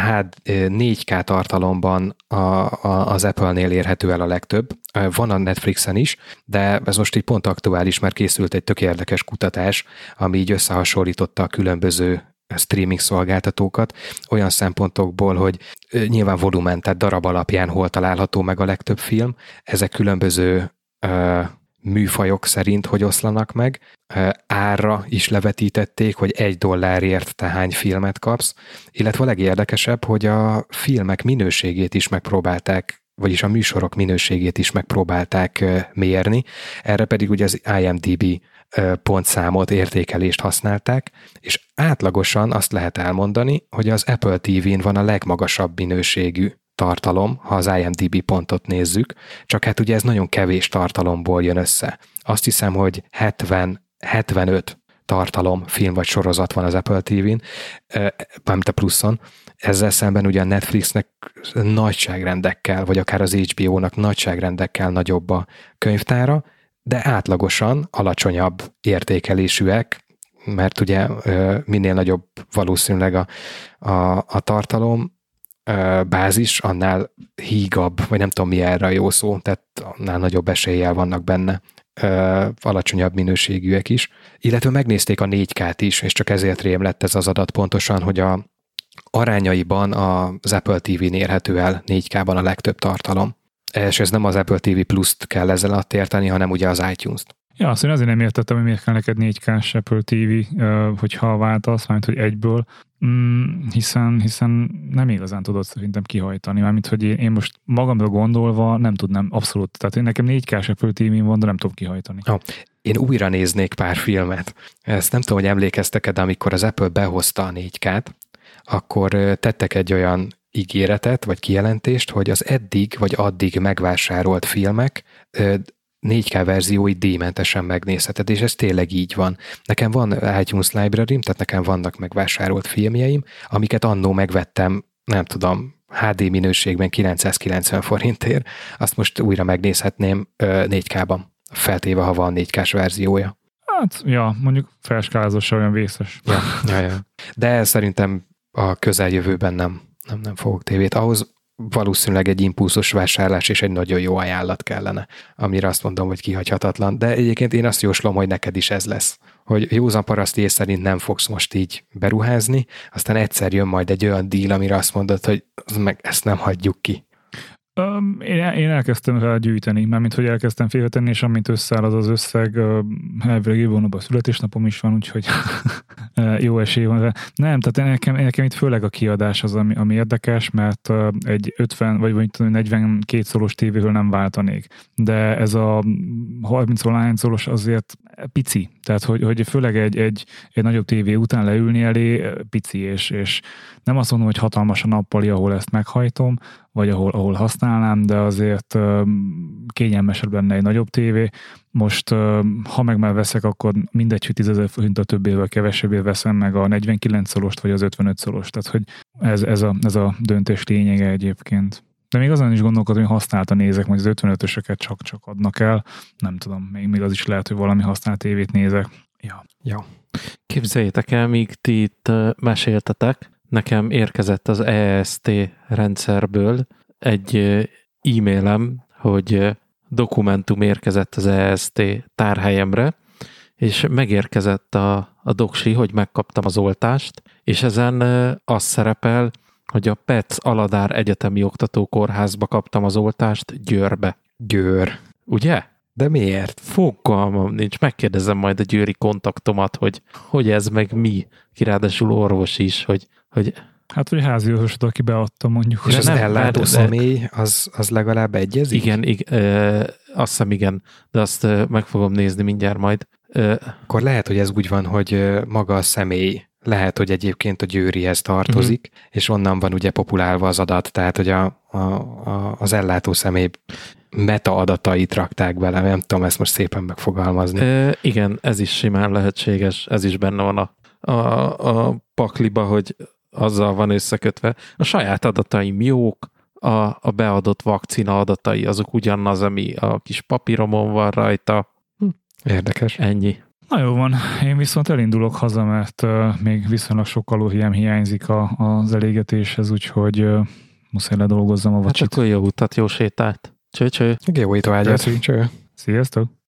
4K tartalomban az Apple-nél érhető el a legtöbb. Van a Netflixen is, de ez most így pont aktuális, mert készült egy tök érdekes kutatás, ami így összehasonlította a különböző streaming szolgáltatókat olyan szempontokból, hogy nyilván volumen, tehát darab alapján hol található meg a legtöbb film. Ezek különböző műfajok szerint hogy oszlanak meg. Árra is levetítették, hogy $1 te hány filmet kapsz, illetve a legérdekesebb, hogy a filmek minőségét is megpróbálták, vagyis a műsorok minőségét is megpróbálták mérni. Erre pedig ugye az IMDb pontszámot, értékelést használták, és átlagosan azt lehet elmondani, hogy az Apple TV-n van a legmagasabb minőségű tartalom, ha az IMDb pontot nézzük, csak hát ugye ez nagyon kevés tartalomból jön össze. Azt hiszem, hogy 75 tartalom, film vagy sorozat van az Apple TV-n, mármint a pluszon. Ezzel szemben ugye a Netflixnek nagyságrendekkel, vagy akár az HBO-nak nagyságrendekkel nagyobb a könyvtára, de átlagosan alacsonyabb értékelésűek, mert ugye minél nagyobb valószínűleg a tartalom, bázis, annál hígabb, vagy nem tudom mi erre a jó szó, tehát annál nagyobb eséllyel vannak benne alacsonyabb minőségűek is. Illetve megnézték a 4K-t is, és csak ezért rém lett ez az adat pontosan, hogy a arányaiban az Apple TV-n érhető el 4K-ban a legtöbb tartalom. És ez nem az Apple TV Plus-t kell ezzel alatt érteni, hanem ugye az iTunes-t. Ja, azt én azért nem értettem, hogy miért kell neked 4K-s Apple TV, hogyha váltasz, mármint, hogy egyből, hiszen nem igazán tudod szerintem kihajtani, mármint, hogy én most magamra gondolva nem tudnám abszolút, tehát én nekem 4K-s Apple TV-n van, de nem tudom kihajtani. Én újra néznék pár filmet. Ezt nem tudom, hogy emlékeztek-e, de amikor az Apple behozta a 4K-t, akkor tettek egy olyan ígéretet, vagy kijelentést, hogy az eddig vagy addig megvásárolt filmek 4K verziói díjmentesen megnézheted, és ez tényleg így van. Nekem van iTunes Library-m, tehát nekem vannak megvásárolt filmjeim, amiket annó megvettem, nem tudom, HD minőségben 990 forintért, azt most újra megnézhetném 4K-ban, feltéve, ha van 4K-s verziója. Hát, ja, mondjuk felskálázósa olyan vészes. Ja. De szerintem a közeljövőben nem fogok tévét. Ahhoz valószínűleg egy impulzus vásárlás és egy nagyon jó ajánlat kellene, amire azt mondom, hogy kihagyhatatlan. De egyébként én azt jóslom, hogy neked is ez lesz. Hogy józan paraszti ész szerint nem fogsz most így beruházni, aztán egyszer jön majd egy olyan deal, amire azt mondod, hogy ezt nem hagyjuk ki. Én elkezdtem rá gyűjteni, mármint hogy elkezdtem félretenni, és amint összeáll az összeg, elvileg jövőnapban a születésnapom is van, úgyhogy jó esély van rá. Nem, tehát nekem itt főleg a kiadás az, ami érdekes, mert egy 50 vagy 42 szolos tévéről nem váltanék. De ez a 30 szolos azért pici, tehát hogy főleg egy nagyobb tévé után leülni elé pici, és nem azt mondom, hogy hatalmas a nappali, ahol ezt meghajtom, vagy ahol használnám, de azért kényelmesebb lenne egy nagyobb tévé. Most, ha meg már veszek, akkor mindegy, hogy 10 000 forint a többével kevesebbé veszem meg a 49 szolost, vagy az 55 szolost. Tehát, hogy ez a döntés lényege egyébként. De még azon is gondolkodom, hogy használtan nézek, hogy az 55-ösöket csak adnak el. Nem tudom, még az is lehet, hogy valami használt tévét nézek. Ja. Képzeljétek el, míg ti itt meséltetek, nekem érkezett az EST rendszerből egy e-mailem, hogy dokumentum érkezett az EST tárhelyemre, és megérkezett a doksi, hogy megkaptam az oltást, és ezen az szerepel, hogy a PEC Aladár Egyetemi Oktatókórházba kaptam az oltást Győrbe. Győr. Ugye? De miért? Fogalmam nincs. Megkérdezem majd a győri kontaktomat, hogy ez meg mi. Ki ráadásul orvos is, hogy hát, hogy házi orvosod, aki beadta mondjuk. És az ellátó személy, az legalább egyezik? Igen, azt hiszem igen, de azt meg fogom nézni mindjárt majd. Akkor lehet, hogy ez úgy van, hogy maga a személy lehet, hogy egyébként a győrihez tartozik, és onnan van ugye populálva az adat, tehát hogy az ellátó személy meta adatait rakták bele, nem tudom ezt most szépen megfogalmazni. Igen, ez is simán lehetséges, ez is benne van a pakliba, hogy azzal van összekötve. A saját adataim jók, a beadott vakcina adatai azok ugyanaz, ami a kis papíromon van rajta. Érdekes. Ennyi. Na jó van, én viszont elindulok haza, mert még viszonylag sok kalóriám hiányzik az elégetéshez, úgyhogy muszáj ledolgozzam a vacsit. Hát akkor jó utat, jó sétát. Cső, cső. Jó étvágyat. Sziasztok!